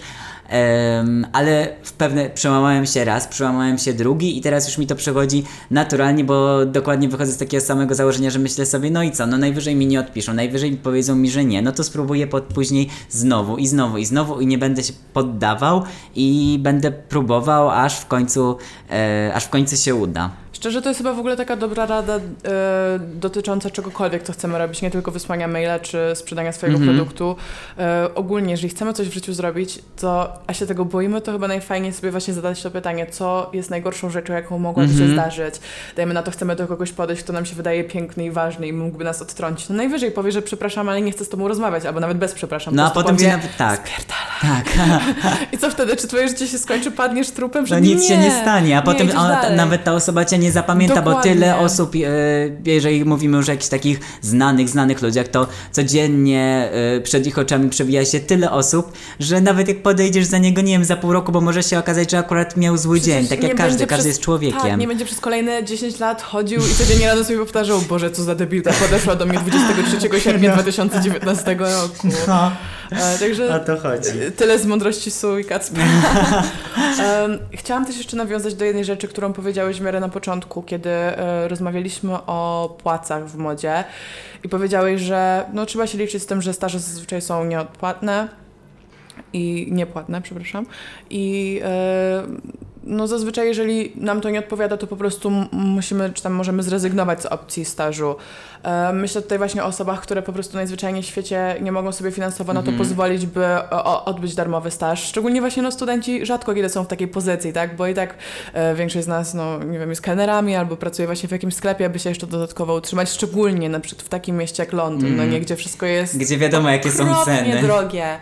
Ale przełamałem się raz, przełamałem się drugi i teraz już mi to przechodzi naturalnie, bo dokładnie wychodzę z takiego samego założenia, że myślę sobie, no i co, no najwyżej mi nie odpiszą, najwyżej powiedzą mi, że nie, no to spróbuję później znowu i nie będę się poddawał i będę próbował, aż w końcu się uda. Szczerze, to jest chyba w ogóle taka dobra rada dotycząca czegokolwiek, co chcemy robić, nie tylko wysłania maila czy sprzedania swojego produktu. Ogólnie, jeżeli chcemy coś w życiu zrobić, a się tego boimy, to chyba najfajniej sobie właśnie zadać to pytanie, co jest najgorszą rzeczą, jaką mogłaby się zdarzyć. Dajmy na to, chcemy do kogoś podejść, kto nam się wydaje piękny i ważny i mógłby nas odtrącić. No najwyżej powie, że przepraszam, ale nie chcę z tobą rozmawiać, albo nawet bez przepraszam. No a potem powie, nawet tak. Spierdalaj. Tak. I co wtedy? Czy twoje życie się skończy, padniesz trupem? Że No nic się nie stanie, a potem idziesz dalej. nawet ta osoba cię nie zapamięta, bo Dokładnie. tyle osób, jeżeli mówimy już o jakichś takich znanych ludziach, to codziennie przed ich oczami przewija się tyle osób, że nawet jak podejdziesz za niego, nie wiem, za pół roku, bo może się okazać, że akurat miał zły dzień, tak nie jak będzie każdy jest człowiekiem. Tak, nie będzie przez kolejne 10 lat chodził i codziennie rano sobie powtarzał: Boże, co za debilka podeszła do mnie 23 sierpnia 2019 roku. No, Także o to chodzi. tyle z mądrości Su i Kacpra. Chciałam też jeszcze nawiązać do jednej rzeczy, którą powiedziałeś w miarę na początku, kiedy rozmawialiśmy o płacach w modzie i powiedziałeś, że no, trzeba się liczyć z tym, że staże zazwyczaj są nieodpłatne i niepłatne, przepraszam. I no zazwyczaj, jeżeli nam to nie odpowiada, to po prostu musimy, czy tam możemy zrezygnować z opcji stażu. Myślę tutaj właśnie o osobach, które po prostu najzwyczajniej w świecie nie mogą sobie finansowo na to pozwolić, by odbyć darmowy staż. Szczególnie właśnie no, studenci rzadko kiedy są w takiej pozycji, tak? Bo i tak większość z nas, no nie wiem, jest kelnerami albo pracuje właśnie w jakimś sklepie, aby się jeszcze dodatkowo utrzymać, szczególnie na przykład w takim mieście jak Londyn, no nie, gdzie wszystko jest Gdzie wiadomo, jakie są ceny. drogie.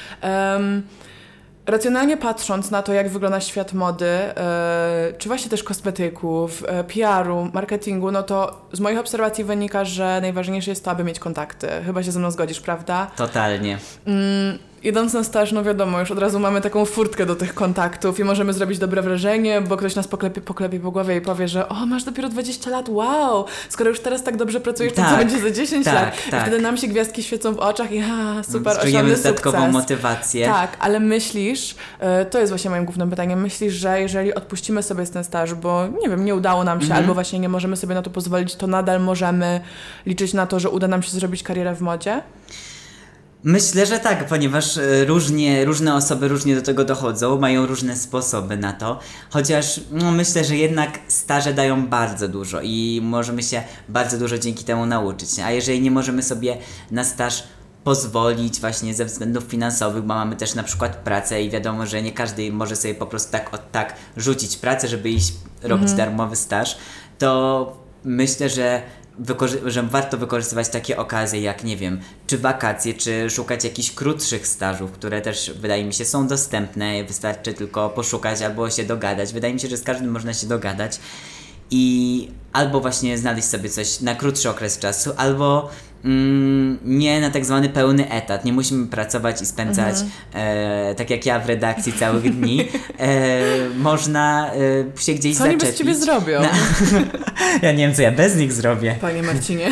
Racjonalnie patrząc na to, jak wygląda świat mody, czy właśnie też kosmetyków, PR-u, marketingu, no to z moich obserwacji wynika, że najważniejsze jest to, aby mieć kontakty. Chyba się ze mną zgodzisz, prawda? Totalnie. Idąc na staż, no wiadomo, już od razu mamy taką furtkę do tych kontaktów i możemy zrobić dobre wrażenie, bo ktoś nas poklepie po głowie i powie, że o, masz dopiero 20 lat, wow, skoro już teraz tak dobrze pracujesz, to co będzie za 10 lat? Tak. I wtedy nam się gwiazdki świecą w oczach i super, czujemy osiągnę dodatkową sukces. motywację. Tak, ale myślisz, to jest właśnie moim głównym pytaniem, myślisz, że jeżeli odpuścimy sobie ten staż, bo nie wiem, nie udało nam się, albo właśnie nie możemy sobie na to pozwolić, to nadal możemy liczyć na to, że uda nam się zrobić karierę w modzie? Myślę, że tak, ponieważ różne osoby różnie do tego dochodzą, mają różne sposoby na to, chociaż no, myślę, że jednak staże dają bardzo dużo i możemy się bardzo dużo dzięki temu nauczyć, a jeżeli nie możemy sobie na staż pozwolić właśnie ze względów finansowych, bo mamy też na przykład pracę i wiadomo, że nie każdy może sobie po prostu tak rzucić pracę, żeby iść robić darmowy staż, to myślę, że warto wykorzystywać takie okazje jak, nie wiem, czy wakacje, czy szukać jakichś krótszych stażów, które też wydaje mi się są dostępne, wystarczy tylko poszukać albo się dogadać. Wydaje mi się, że z każdym można się dogadać i albo właśnie znaleźć sobie coś na krótszy okres czasu, albo nie na tak zwany pełny etat. Nie musimy pracować i spędzać tak jak ja w redakcji całych dni. Można się gdzieś Co oni zaczepić. bez ciebie zrobią? No. Ja nie wiem, co ja bez nich zrobię. Panie Marcinie.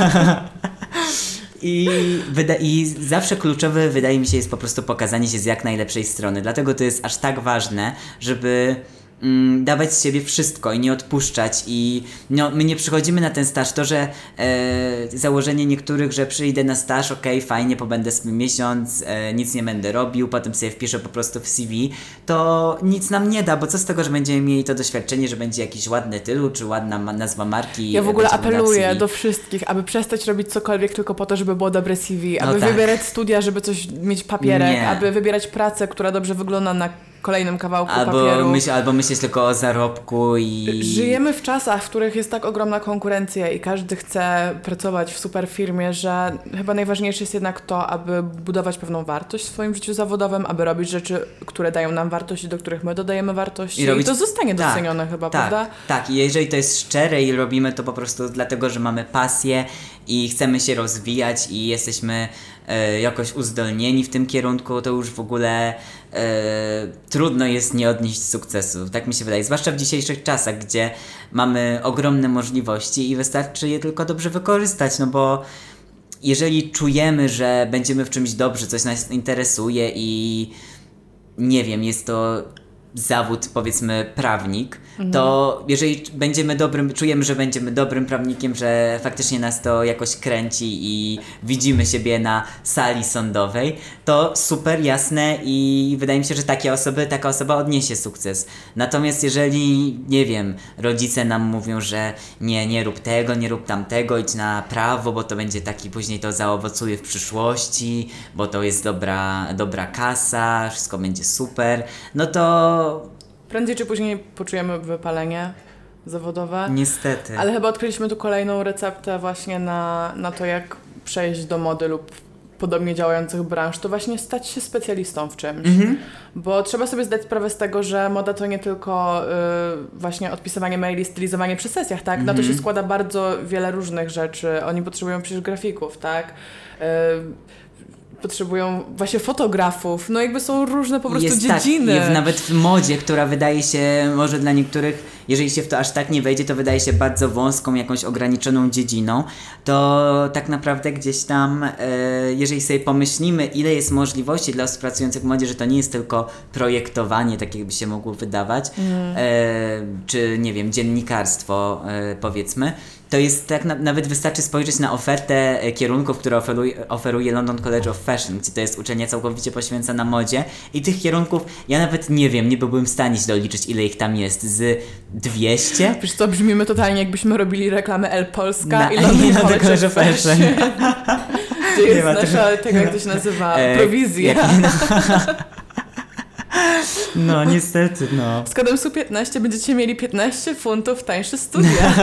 I zawsze kluczowe, wydaje mi się, jest po prostu pokazanie się z jak najlepszej strony. Dlatego to jest aż tak ważne, żeby dawać z siebie wszystko i nie odpuszczać i no, my nie przychodzimy na ten staż, to, że założenie niektórych, że przyjdę na staż, okej, fajnie, pobędę sobie miesiąc, nic nie będę robił, potem sobie wpiszę po prostu w CV, to nic nam nie da, bo co z tego, że będziemy mieli to doświadczenie, że będzie jakiś ładny tytuł, czy ładna nazwa marki. Ja w ogóle będzie na apeluję CV. do wszystkich, aby przestać robić cokolwiek tylko po to, żeby było dobre CV, aby tak. wybierać studia, żeby coś mieć papierek, Nie. aby wybierać pracę, która dobrze wygląda na kolejnym kawałku papieru. Albo myśleć tylko o zarobku i... Żyjemy w czasach, w których jest tak ogromna konkurencja i każdy chce pracować w super firmie, że chyba najważniejsze jest jednak to, aby budować pewną wartość w swoim życiu zawodowym, aby robić rzeczy, które dają nam wartość i do których my dodajemy wartość i to zostanie docenione chyba, prawda? Tak, i jeżeli to jest szczere i robimy to po prostu dlatego, że mamy pasję i chcemy się rozwijać i jesteśmy jakoś uzdolnieni w tym kierunku, to już w ogóle trudno jest nie odnieść sukcesu. Tak mi się wydaje. Zwłaszcza w dzisiejszych czasach, gdzie mamy ogromne możliwości i wystarczy je tylko dobrze wykorzystać, no bo jeżeli czujemy, że będziemy w czymś dobrzy, coś nas interesuje i nie wiem, jest to zawód, powiedzmy, prawnik, to jeżeli czujemy, że będziemy dobrym prawnikiem, że faktycznie nas to jakoś kręci i widzimy siebie na sali sądowej, to super, jasne i wydaje mi się, że taka osoba odniesie sukces. Natomiast jeżeli, nie wiem, rodzice nam mówią, że nie rób tego, nie rób tamtego, idź na prawo, bo to będzie taki, później to zaowocuje w przyszłości, bo to jest dobra kasa, wszystko będzie super, no to Prędzej czy później poczujemy wypalenie zawodowe. niestety. Ale chyba odkryliśmy tu kolejną receptę właśnie na to, jak przejść do mody lub podobnie działających branż, to właśnie stać się specjalistą w czymś. Bo trzeba sobie zdać sprawę z tego, że moda to nie tylko właśnie odpisywanie maili, stylizowanie przy sesjach, tak? Na to się składa bardzo wiele różnych rzeczy. Oni potrzebują przecież grafików, tak? Potrzebują właśnie fotografów, no jakby są różne po prostu dziedziny. Tak, nawet w modzie, która wydaje się może dla niektórych, jeżeli się w to aż tak nie wejdzie, to wydaje się bardzo wąską, jakąś ograniczoną dziedziną, to tak naprawdę gdzieś tam, jeżeli sobie pomyślimy, ile jest możliwości dla osób pracujących w modzie, że to nie jest tylko projektowanie, tak jakby się mogło wydawać, czy nie wiem, dziennikarstwo powiedzmy, to jest tak, nawet wystarczy spojrzeć na ofertę kierunków, które oferuje London College of Fashion, gdzie to jest uczelnia całkowicie poświęcona modzie i tych kierunków ja nawet nie wiem, nie byłbym w stanie się doliczyć, ile ich tam jest, z 200? Wiesz co, brzmimy totalnie jakbyśmy robili reklamę L Polska i London London College of Fashion. Gdzie jest nasza, tego jak to się nazywa, prowizja. No niestety, no. Z kodem SU15 będziecie mieli 15 funtów tańsze studia.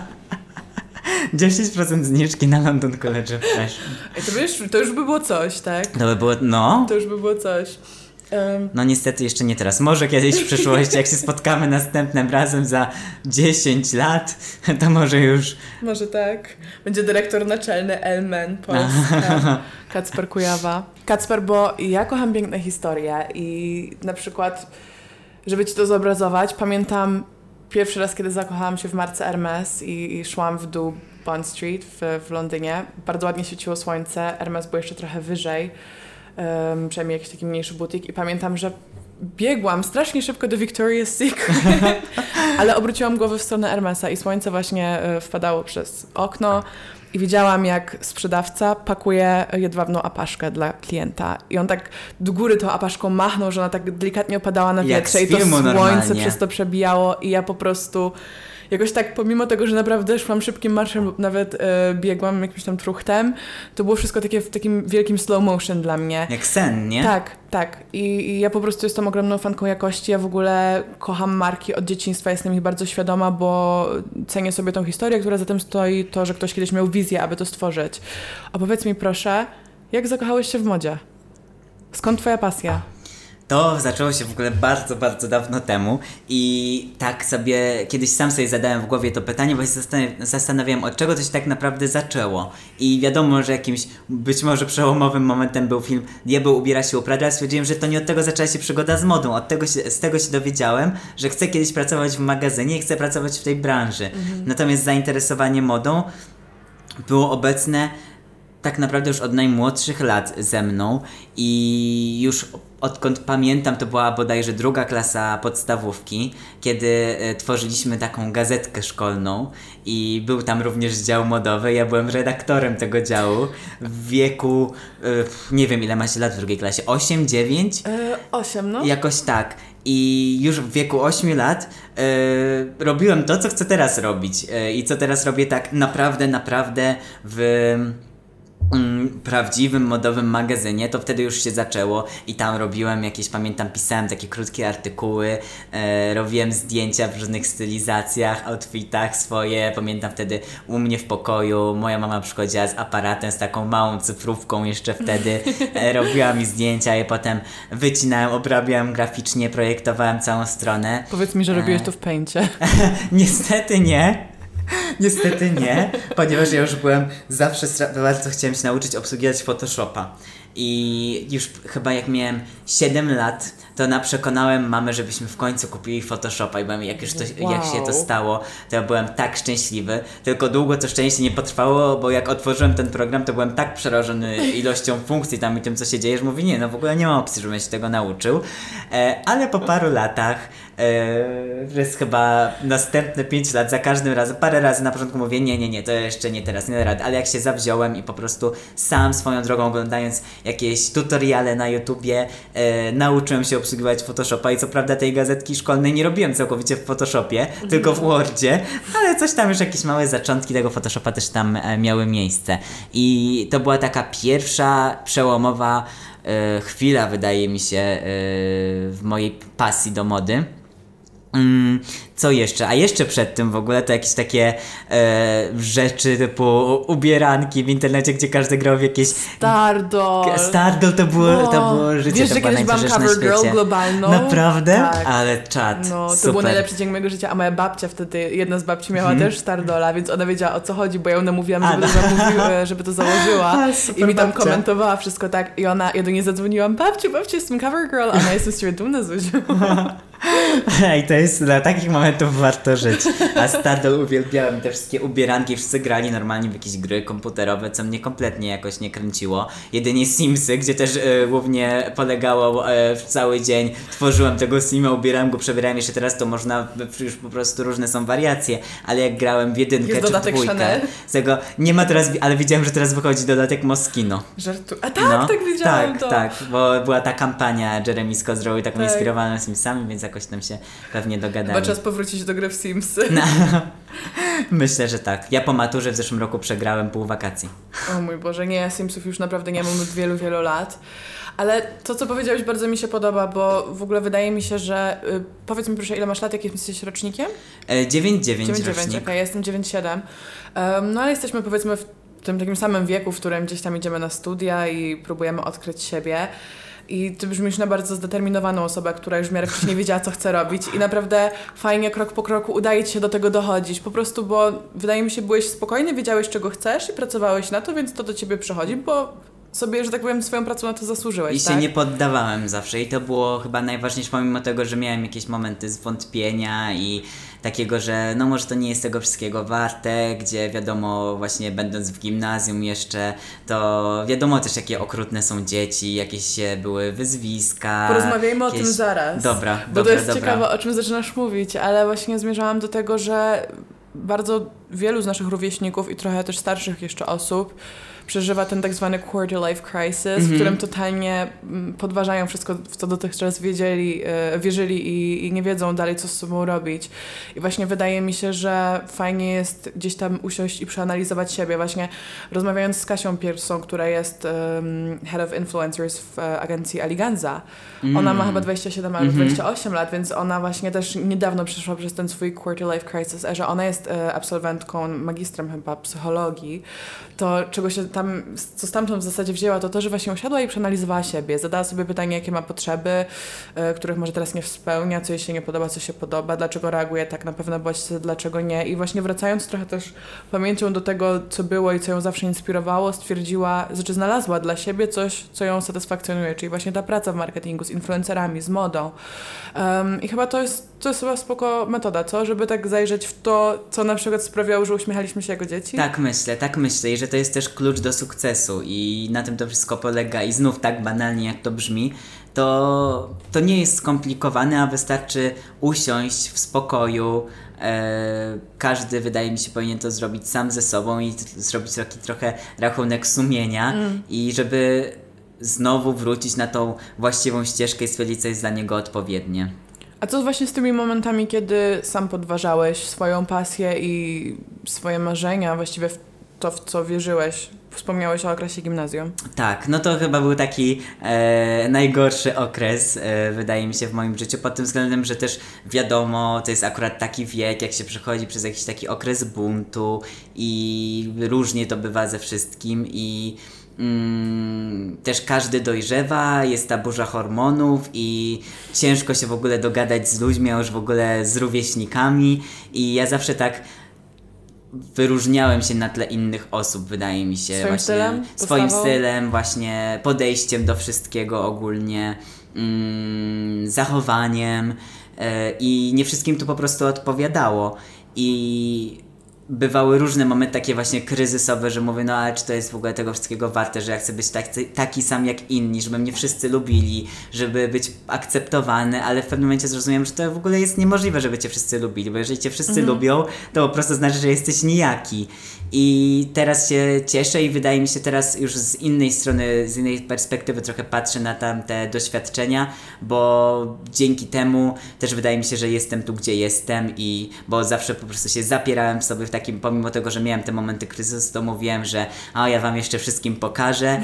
10% zniżki na London College of Fashion. To już by było coś, tak? To by było, no. To już by było coś. No niestety jeszcze nie teraz. Może kiedyś w przyszłości, jak się spotkamy następnym razem za 10 lat, to może już... Może tak. Będzie dyrektor naczelny Elmen Polska. Kacper Kujawa. Kacper, bo ja kocham piękne historie i na przykład, żeby ci to zobrazować, pamiętam pierwszy raz, kiedy zakochałam się w marce Hermes i szłam w dół Bond Street w Londynie. Bardzo ładnie świeciło słońce, Hermes był jeszcze trochę wyżej, przynajmniej jakiś taki mniejszy butik i pamiętam, że biegłam strasznie szybko do Victoria's Secret, ale obróciłam głowę w stronę Hermesa i słońce właśnie wpadało przez okno i widziałam, jak sprzedawca pakuje jedwabną apaszkę dla klienta i on tak do góry tą apaszką machnął, że ona tak delikatnie opadała na wietrze i to słońce normalnie przez to przebijało i ja po prostu jakoś tak, pomimo tego, że naprawdę szłam szybkim marszem lub nawet biegłam jakimś tam truchtem, to było wszystko takie w takim wielkim slow motion dla mnie. Jak sen, nie? Tak. I ja po prostu jestem ogromną fanką jakości. Ja w ogóle kocham marki od dzieciństwa, jestem ich bardzo świadoma, bo cenię sobie tą historię, która za tym stoi, to, że ktoś kiedyś miał wizję, aby to stworzyć. Opowiedz mi proszę, jak zakochałeś się w modzie? Skąd twoja pasja? To zaczęło się w ogóle bardzo, bardzo dawno temu i tak sobie, kiedyś sam sobie zadałem w głowie to pytanie, bo się zastanawiałem, od czego to się tak naprawdę zaczęło. I wiadomo, że jakimś być może przełomowym momentem był film Diabeł ubiera się u Prada, ale stwierdziłem, że to nie od tego zaczęła się przygoda z modą, z tego się dowiedziałem, że chcę kiedyś pracować w magazynie i chcę pracować w tej branży. Natomiast zainteresowanie modą było obecne tak naprawdę już od najmłodszych lat ze mną i już odkąd pamiętam, to była bodajże 2. klasa podstawówki, kiedy tworzyliśmy taką gazetkę szkolną i był tam również dział modowy. Ja byłem redaktorem tego działu w wieku, nie wiem ile ma się lat w 2. klasie, 8, 9? 8, no. Jakoś tak. I już w wieku 8 lat robiłem to, co chcę teraz robić i co teraz robię tak naprawdę w prawdziwym modowym magazynie, to wtedy już się zaczęło i tam robiłem jakieś, pamiętam, pisałem takie krótkie artykuły, robiłem zdjęcia w różnych stylizacjach, outfitach swoje, pamiętam wtedy u mnie w pokoju moja mama przychodziła z aparatem, z taką małą cyfrówką jeszcze wtedy, robiła mi zdjęcia i potem wycinałem, obrabiałem graficznie, projektowałem całą stronę. Powiedz mi, że robiłeś to w Paincie. Niestety nie. Niestety nie, ponieważ ja już byłem zawsze bardzo chciałem się nauczyć obsługiwać Photoshopa i już chyba jak miałem 7 lat, to przekonałem mamę, żebyśmy w końcu kupili Photoshopa i byłem, jak się to stało, to ja byłem tak szczęśliwy, tylko długo to szczęście nie potrwało, bo jak otworzyłem ten program, to byłem tak przerażony ilością funkcji tam i tym, co się dzieje, że mówię, nie, no w ogóle nie ma opcji, żebym się tego nauczył, ale po paru latach, przez chyba następne 5 lat, za każdym razem, parę razy na początku mówię, nie, to jeszcze nie teraz, nie da rady, ale jak się zawziąłem i po prostu sam swoją drogą oglądając jakieś tutoriale na YouTubie, nauczyłem się obsługiwać Photoshopa i co prawda tej gazetki szkolnej nie robiłem całkowicie w Photoshopie, tylko w Wordzie, ale coś tam już jakieś małe zaczątki tego Photoshopa też tam miały miejsce i to była taka pierwsza przełomowa chwila, wydaje mi się, w mojej pasji do mody. Co jeszcze? A jeszcze przed tym w ogóle to jakieś takie rzeczy typu ubieranki w internecie, gdzie każdy grał w jakieś... Stardoll to było życie, wiesz, to że była kiedyś byłam najlepsza rzecz na cover girl świecie. globalną? Naprawdę? Tak. Ale czad, No, to super. był najlepszy dzień mojego życia, a moja babcia wtedy, jedna z babci miała też Stardolla, więc ona wiedziała o co chodzi, bo ja ją namówiłam, żeby to założyła Super i mi tam babcia. komentowała wszystko tak i ja do niej zadzwoniłam, babciu, jestem cover girl, a ona jestem z ciebie dumna, Zuziu. Ej, to jest dla takich momentów warto żyć. A Stardoll uwielbiałem te wszystkie ubieranki, wszyscy grali normalnie w jakieś gry komputerowe, co mnie kompletnie jakoś nie kręciło. Jedynie Simsy, gdzie też głównie polegało cały dzień, tworzyłem tego Sima, ubierałem go, przebierałem, jeszcze teraz to można, już po prostu różne są wariacje, ale jak grałem w jedynkę Jest czy w dodatek dwójkę, Chanel? z tego nie ma teraz, ale widziałem, że teraz wychodzi dodatek Moschino. A tak widziałam to. Tak, bo była ta kampania Jeremy Scott zrobił taką Tak. inspirowaną Simsami, więc jakoś tam się pewnie dogadali. Chyba czas powrócić do gry w Simsy. No, myślę, że tak. Ja po maturze w zeszłym roku przegrałem pół wakacji. O mój Boże, nie, Simsów już naprawdę nie mam od wielu, wielu lat. Ale to, co powiedziałeś, bardzo mi się podoba, bo w ogóle wydaje mi się, że... powiedz mi proszę, ile masz lat, jakim jesteś rocznikiem? 9-9 rocznik. Okej, ja jestem 9-7. No ale jesteśmy powiedzmy w tym takim samym wieku, w którym gdzieś tam idziemy na studia i próbujemy odkryć siebie. I ty brzmisz na bardzo zdeterminowaną osobę, która już w miarę wcześniej wiedziała, co chce robić i naprawdę fajnie, krok po kroku udaje ci się do tego dochodzić. Po prostu, bo wydaje mi się, byłeś spokojny, wiedziałeś, czego chcesz i pracowałeś na to, więc to do ciebie przychodzi, bo sobie, że tak powiem, swoją pracą na to zasłużyłeś, I się nie poddawałem zawsze i to było chyba najważniejsze, pomimo tego, że miałem jakieś momenty zwątpienia i takiego, że no może to nie jest tego wszystkiego warte, gdzie wiadomo, właśnie będąc w gimnazjum jeszcze, to wiadomo też jakie okrutne są dzieci, jakieś były wyzwiska. Porozmawiajmy o jakieś... tym zaraz. Dobra, bo to jest ciekawe, o czym zaczynasz mówić, ale właśnie zmierzałam do tego, że bardzo wielu z naszych rówieśników i trochę też starszych jeszcze osób przeżywa ten tak zwany quarter life crisis, w którym totalnie podważają wszystko, w co dotychczas wierzyli i nie wiedzą dalej, co z sobą robić. I właśnie wydaje mi się, że fajnie jest gdzieś tam usiąść i przeanalizować siebie. Właśnie rozmawiając z Kasią Piersą, która jest Head of Influencers w agencji Aliganza. Ona ma chyba 27 albo 28 lat, więc ona właśnie też niedawno przeszła przez ten swój quarter life crisis, że ona jest absolwentką, magistrem chyba psychologii. To, czego się tam, co stamtąd w zasadzie wzięła, to, że właśnie usiadła i przeanalizowała siebie. Zadała sobie pytanie, jakie ma potrzeby, których może teraz nie spełnia, co jej się nie podoba, co się podoba, dlaczego reaguje tak na pewne bodźce, dlaczego nie. I właśnie wracając trochę też pamięcią do tego, co było i co ją zawsze inspirowało, stwierdziła, znalazła dla siebie coś, co ją satysfakcjonuje, czyli właśnie ta praca w marketingu, z influencerami, z modą. I chyba to jest chyba spoko metoda, co? Żeby tak zajrzeć w to, co na przykład sprawiało, że uśmiechaliśmy się jako dzieci. Tak myślę i że to jest też klucz do sukcesu i na tym to wszystko polega i znów tak banalnie jak to brzmi, to nie jest skomplikowane, a wystarczy usiąść w spokoju. Każdy, wydaje mi się, powinien to zrobić sam ze sobą i zrobić taki trochę rachunek sumienia i żeby znowu wrócić na tą właściwą ścieżkę i stwierdzić, co jest dla niego odpowiednie. A co właśnie z tymi momentami, kiedy sam podważałeś swoją pasję i swoje marzenia, właściwie w to, w co wierzyłeś? Wspomniałeś o okresie gimnazjum. Tak, no to chyba był taki najgorszy okres, wydaje mi się, w moim życiu, pod tym względem, że też wiadomo, to jest akurat taki wiek, jak się przechodzi przez jakiś taki okres buntu i różnie to bywa ze wszystkim i też każdy dojrzewa, jest ta burza hormonów i ciężko się w ogóle dogadać z ludźmi, a już w ogóle z rówieśnikami i ja zawsze tak wyróżniałem się na tle innych osób, wydaje mi się. Swoim właśnie stylem? Swoim stylem, właśnie podejściem do wszystkiego ogólnie, zachowaniem i nie wszystkim to po prostu odpowiadało i bywały różne momenty takie właśnie kryzysowe, że mówię, no ale czy to jest w ogóle tego wszystkiego warte, że ja chcę być taki sam jak inni, żeby mnie wszyscy lubili, żeby być akceptowany, ale w pewnym momencie zrozumiałem, że to w ogóle jest niemożliwe, żeby cię wszyscy lubili, bo jeżeli cię wszyscy lubią, to po prostu znaczy, że jesteś nijaki I teraz się cieszę i wydaje mi się teraz już z innej strony, z innej perspektywy trochę patrzę na tamte doświadczenia, bo dzięki temu też wydaje mi się, że jestem tu, gdzie jestem i bo zawsze po prostu się zapierałem w sobie w takim, pomimo tego, że miałem te momenty kryzysu, to mówiłem, że ja wam jeszcze wszystkim pokażę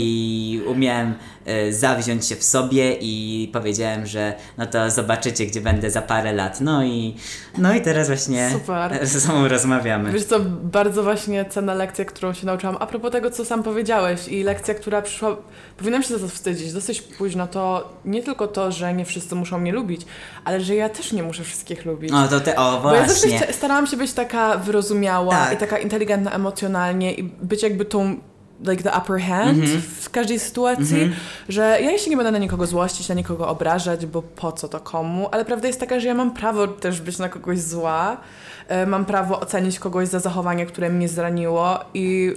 i umiałem zawziąć się w sobie i powiedziałem, że no to zobaczycie, gdzie będę za parę lat. No i teraz właśnie Super. ze sobą rozmawiamy. Wiesz co, bardzo właśnie cenna lekcja, którą się nauczyłam. A propos tego, co sam powiedziałeś i lekcja, która przyszła, powinnam się za to wstydzić dosyć późno, to nie tylko to, że nie wszyscy muszą mnie lubić, ale że ja też nie muszę wszystkich lubić. Bo ja właśnie. zawsze starałam się być taka wyrozumiała Tak. i taka inteligentna emocjonalnie i być jakby tą like the upper hand w każdej sytuacji, że ja się nie będę na nikogo złościć, na nikogo obrażać, bo po co to komu, ale prawda jest taka, że ja mam prawo też być na kogoś zła, mam prawo ocenić kogoś za zachowanie, które mnie zraniło i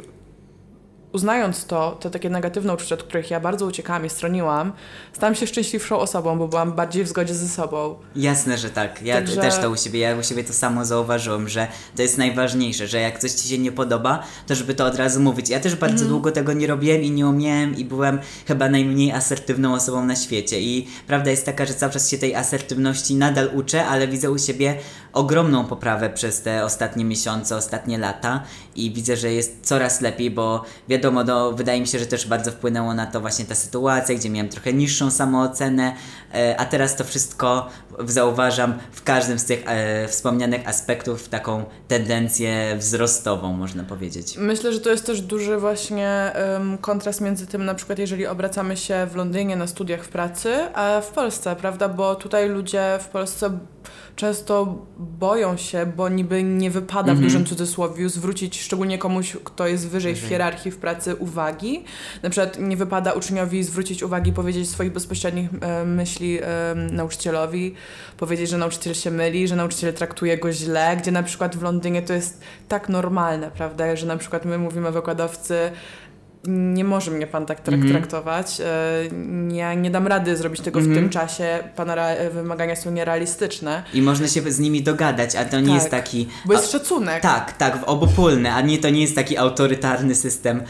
uznając te takie negatywne uczucia, od których ja bardzo uciekałam i stroniłam, stałam się szczęśliwszą osobą, bo byłam bardziej w zgodzie ze sobą. Jasne, że tak. Ja Także- też to u siebie to samo zauważyłem, że to jest najważniejsze, że jak coś ci się nie podoba, to żeby to od razu mówić. Ja też bardzo długo tego nie robiłem i nie umiałem i byłem chyba najmniej asertywną osobą na świecie i prawda jest taka, że cały czas się tej asertywności nadal uczę, ale widzę u siebie ogromną poprawę przez te ostatnie miesiące, ostatnie lata i widzę, że jest coraz lepiej, bo wiadomo, wydaje mi się, że też bardzo wpłynęło na to właśnie ta sytuacja, gdzie miałem trochę niższą samoocenę, a teraz to wszystko zauważam w każdym z tych wspomnianych aspektów taką tendencję wzrostową, można powiedzieć. Myślę, że to jest też duży właśnie kontrast między tym, na przykład jeżeli obracamy się w Londynie na studiach w pracy, a w Polsce, prawda? Bo tutaj ludzie w Polsce często boją się, bo niby nie wypada w dużym cudzysłowiu zwrócić szczególnie komuś, kto jest wyżej w hierarchii w pracy uwagi. Na przykład nie wypada uczniowi zwrócić uwagi, powiedzieć swoich bezpośrednich myśli nauczycielowi, powiedzieć, że nauczyciel się myli, że nauczyciel traktuje go źle, gdzie na przykład w Londynie to jest tak normalne, prawda, że na przykład my mówimy wykładowcy, nie może mnie pan tak traktować. Ja nie dam rady zrobić tego w tym czasie. Pana wymagania są nierealistyczne. I można się z nimi dogadać, a to nie jest taki... Bo jest szacunek. Tak, obopólny, a nie to nie jest taki autorytarny system,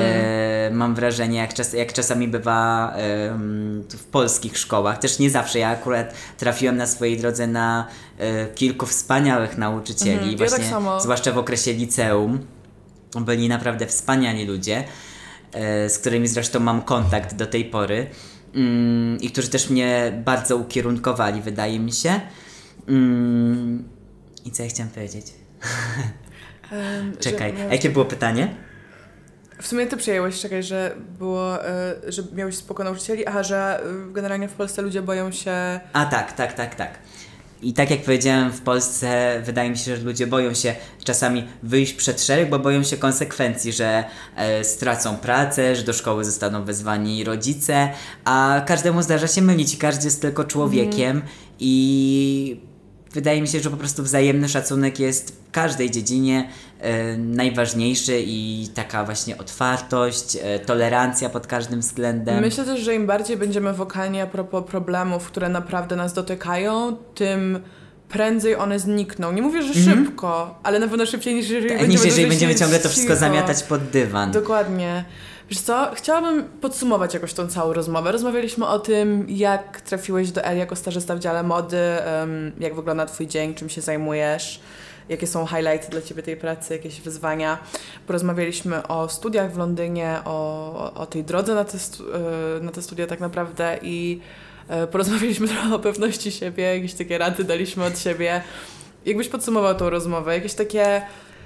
mam wrażenie, jak czasami bywa w polskich szkołach. Też nie zawsze, ja akurat trafiłem na swojej drodze na kilku wspaniałych nauczycieli, Ja właśnie tak samo. zwłaszcza w okresie liceum. Byli naprawdę wspaniali ludzie, z którymi zresztą mam kontakt do tej pory i którzy też mnie bardzo ukierunkowali, wydaje mi się. I co ja chciałam powiedzieć? Czekaj, a jakie było pytanie? W sumie ty przyjęłeś, czekaj, że było, że miałeś spoko nauczycieli, że generalnie w Polsce ludzie boją się... A tak. I tak jak powiedziałem, w Polsce wydaje mi się, że ludzie boją się czasami wyjść przed szereg, bo boją się konsekwencji, że stracą pracę, że do szkoły zostaną wezwani rodzice, a każdemu zdarza się mylić i każdy jest tylko człowiekiem i wydaje mi się, że po prostu wzajemny szacunek jest w każdej dziedzinie najważniejszy i taka właśnie otwartość, tolerancja pod każdym względem. Myślę też, że im bardziej będziemy wokalni a propos problemów, które naprawdę nas dotykają, tym prędzej one znikną. Nie mówię, że szybko, ale na pewno szybciej niż jeżeli będziemy ciągle to wszystko cicho. zamiatać pod dywan. Dokładnie. Wiesz co, chciałabym podsumować jakoś tą całą rozmowę. Rozmawialiśmy o tym, jak trafiłeś do L jako stażysta w dziale mody, jak wygląda twój dzień, czym się zajmujesz, jakie są highlighty dla ciebie tej pracy, jakieś wyzwania. Porozmawialiśmy o studiach w Londynie, o tej drodze na te studia tak naprawdę i porozmawialiśmy trochę o pewności siebie, jakieś takie rady daliśmy od siebie. Jakbyś podsumował tą rozmowę? Jakieś takie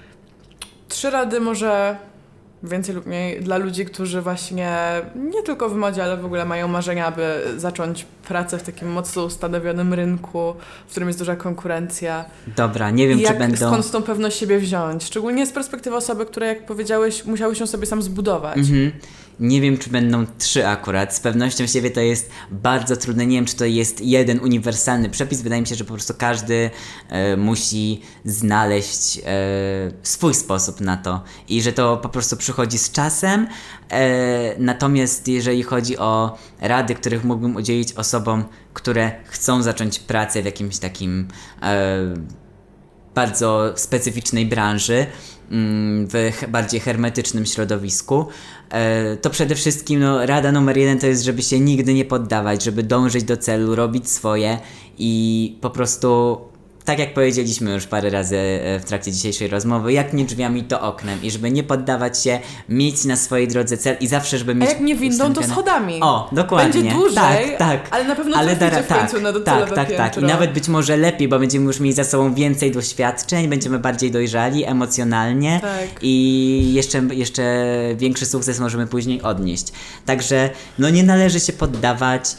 3 rady może... Więcej lub mniej dla ludzi, którzy właśnie nie tylko w modzie, ale w ogóle mają marzenia, aby zacząć pracę w takim mocno ustanowionym rynku, w którym jest duża konkurencja. Dobra, nie wiem, czy będą... Skąd tą pewność siebie wziąć? Szczególnie z perspektywy osoby, które, jak powiedziałeś, musiały się sobie sam zbudować. Nie wiem, czy będą 3 akurat. Z pewnością siebie to jest bardzo trudne. Nie wiem, czy to jest jeden uniwersalny przepis. Wydaje mi się, że po prostu każdy musi znaleźć swój sposób na to i że to po prostu przychodzi z czasem. Natomiast jeżeli chodzi o rady, których mógłbym udzielić osobom, które chcą zacząć pracę w jakimś takim bardzo specyficznej branży, w bardziej hermetycznym środowisku, to przede wszystkim rada numer 1 to jest, żeby się nigdy nie poddawać, żeby dążyć do celu, robić swoje i po prostu, tak jak powiedzieliśmy już parę razy w trakcie dzisiejszej rozmowy, jak nie drzwiami, to oknem i żeby nie poddawać się, mieć na swojej drodze cel i zawsze, żeby mieć... A jak nie windą, to schodami. O, dokładnie. Będzie dłużej, tak. ale na pewno traficie w końcu na docelowe piętro. Tak. I nawet być może lepiej, bo będziemy już mieli za sobą więcej doświadczeń, będziemy bardziej dojrzali emocjonalnie i jeszcze większy sukces możemy później odnieść. Także nie należy się poddawać.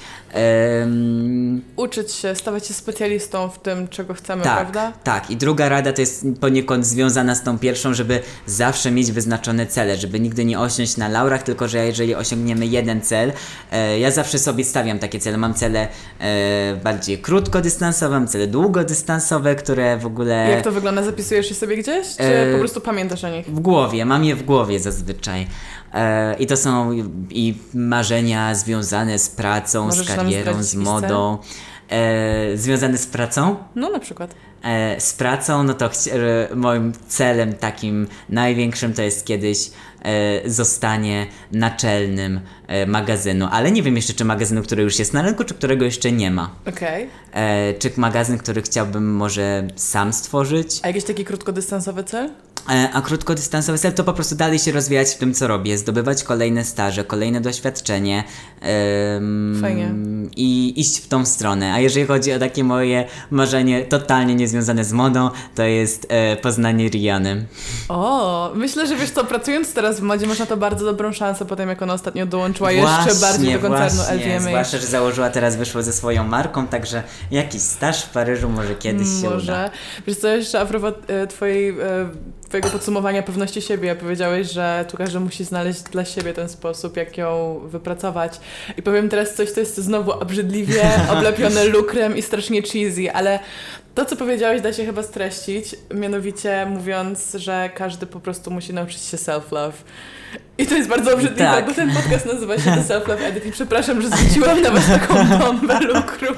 Uczyć się, stawać się specjalistą w tym, czego chcemy, prawda? Tak. I druga rada to jest poniekąd związana z tą pierwszą, żeby zawsze mieć wyznaczone cele, żeby nigdy nie osiąść na laurach, tylko że jeżeli osiągniemy jeden cel, ja zawsze sobie stawiam takie cele. Mam cele bardziej krótkodystansowe, mam cele długodystansowe, które w ogóle... Jak to wygląda? Zapisujesz je sobie gdzieś, czy po prostu pamiętasz o nich? W głowie, mam je w głowie zazwyczaj. I to są i marzenia związane z pracą, z karierą, z modą. Związane z pracą? No na przykład. Z pracą, to moim celem takim największym to jest kiedyś zostanie naczelnym magazynu, ale nie wiem jeszcze czy magazynu, który już jest na rynku, czy którego jeszcze nie ma. Okej. Czy magazyn, który chciałbym może sam stworzyć. A jakiś taki krótkodystansowy cel? A krótkodystansowy cel to po prostu dalej się rozwijać w tym, co robię, zdobywać kolejne staże, kolejne doświadczenie Fajnie. I iść w tą stronę. A jeżeli chodzi o takie moje marzenie totalnie niezwiązane z modą, to jest poznanie Riany. O, myślę, że wiesz co, pracując teraz w modzie masz na to bardzo dobrą szansę po tym, jak ona ostatnio dołączyła jeszcze bardziej do koncernu LVMH. Zwłaszcza, że założyła teraz, wyszło ze swoją marką, także jakiś staż w Paryżu może kiedyś się uda. Wiesz co, jeszcze a propos twojego podsumowania pewności siebie, powiedziałeś, że tu każdy musi znaleźć dla siebie ten sposób, jak ją wypracować. I powiem teraz coś, to jest znowu obrzydliwie oblepione lukrem i strasznie cheesy, ale to, co powiedziałeś, da się chyba streścić, mianowicie mówiąc, że każdy po prostu musi nauczyć się self-love. I to jest bardzo obrzydliwe, bo ten podcast nazywa się The Self-Love Edit i przepraszam, że zrzuciłam na was taką bombę lukru.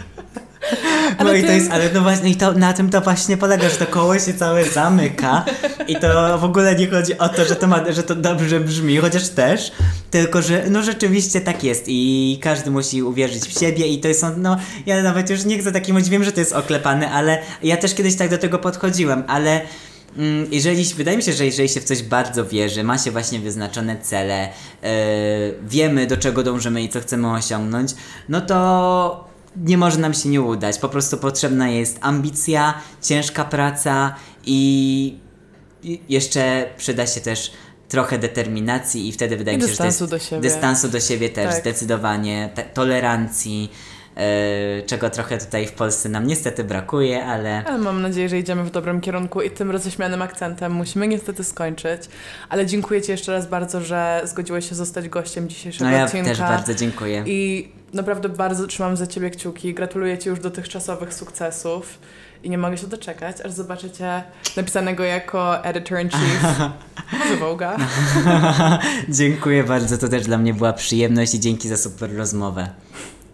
Ale no właśnie, i to, na tym to właśnie polega, że to koło się całe zamyka i to w ogóle nie chodzi o to, że to dobrze brzmi, chociaż też, tylko że rzeczywiście tak jest i każdy musi uwierzyć w siebie i to są, ja nawet już nie chcę takim mówić, wiem, że to jest oklepane, ale ja też kiedyś tak do tego podchodziłem, ale wydaje mi się, że jeżeli się w coś bardzo wierzy, ma się właśnie wyznaczone cele, wiemy do czego dążymy i co chcemy osiągnąć, to nie może nam się nie udać. Po prostu potrzebna jest ambicja, ciężka praca i jeszcze przyda się też trochę determinacji i wtedy wydaje mi się, że to jest dystansu do siebie też, zdecydowanie, tolerancji, czego trochę tutaj w Polsce nam niestety brakuje, ale mam nadzieję, że idziemy w dobrym kierunku i tym roześmianym akcentem musimy niestety skończyć, ale dziękuję Ci jeszcze raz bardzo, że zgodziłeś się zostać gościem dzisiejszego odcinka. Ja też bardzo dziękuję. I naprawdę bardzo trzymam za Ciebie kciuki, gratuluję Ci już dotychczasowych sukcesów i nie mogę się doczekać, aż zobaczycie napisanego jako editor-in-chief może Vogue'a. Dziękuję bardzo, to też dla mnie była przyjemność i dzięki za super rozmowę.